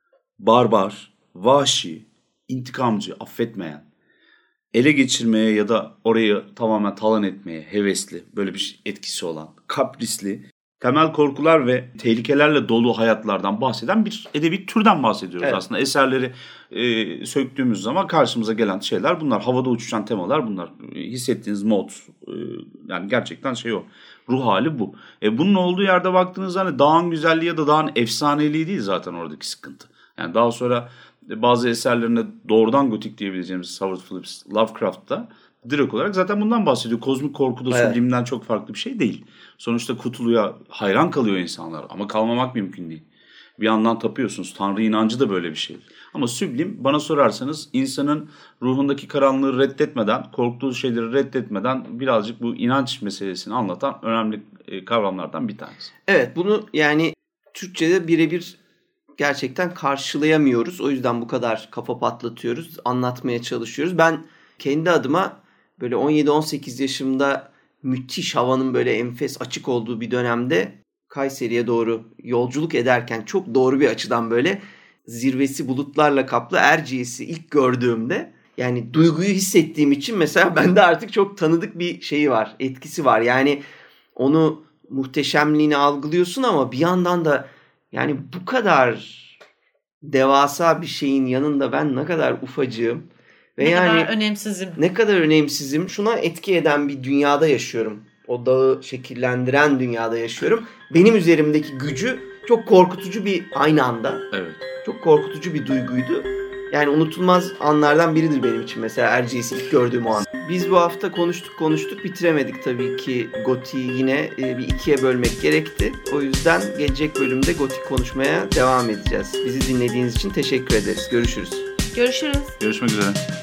barbar, vahşi, intikamcı, affetmeyen, ele geçirmeye ya da orayı tamamen talan etmeye hevesli, böyle bir etkisi olan, kaprisli, temel korkular ve tehlikelerle dolu hayatlardan bahseden bir edebi türden bahsediyoruz evet. aslında. Eserleri e, söktüğümüz zaman karşımıza gelen şeyler bunlar. Havada uçuşan temalar bunlar. Hissettiğiniz mod, e, yani gerçekten şey o. Ruh hali bu. E, bunun olduğu yerde baktığınızda hani dağın güzelliği ya da dağın efsaneliği değil zaten oradaki sıkıntı. Yani daha sonra bazı eserlerinde doğrudan gotik diyebileceğimiz Howard Phillips Lovecraft'ta direkt olarak zaten bundan bahsediyor. Kozmik korku da evet. Sublim'den çok farklı bir şey değil. Sonuçta Cthulhu'ya hayran kalıyor insanlar ama kalmamak mümkün değil. Bir yandan tapıyorsunuz. Tanrı inancı da böyle bir şey. Ama Sublim bana sorarsanız insanın ruhundaki karanlığı reddetmeden, korktuğu şeyleri reddetmeden birazcık bu inanç meselesini anlatan önemli kavramlardan bir tanesi. Evet, bunu yani Türkçe'de birebir gerçekten karşılayamıyoruz. O yüzden bu kadar kafa patlatıyoruz, anlatmaya çalışıyoruz. Ben kendi adıma böyle on yedi on sekiz yaşımda müthiş havanın böyle enfes açık olduğu bir dönemde Kayseri'ye doğru yolculuk ederken çok doğru bir açıdan böyle zirvesi bulutlarla kaplı Erciyes'i ilk gördüğümde yani duyguyu hissettiğim için mesela bende artık çok tanıdık bir şeyi var, etkisi var. Yani onu muhteşemliğini algılıyorsun ama bir yandan da yani bu kadar devasa bir şeyin yanında ben ne kadar ufacığım ve ne yani kadar önemsizim. Ne kadar önemsizim. Şuna etki eden bir dünyada yaşıyorum. O dağı şekillendiren dünyada yaşıyorum. Benim üzerimdeki gücü çok korkutucu bir aynı anda. Evet. Çok korkutucu bir duyguydu. Yani unutulmaz anlardan biridir benim için mesela Erciyes'i ilk gördüğüm o an. Biz bu hafta konuştuk konuştuk bitiremedik tabii ki. Gotik'i yine bir ikiye bölmek gerekti. O yüzden gelecek bölümde gotik konuşmaya devam edeceğiz. Bizi dinlediğiniz için teşekkür ederiz. Görüşürüz. Görüşürüz. Görüşmek üzere.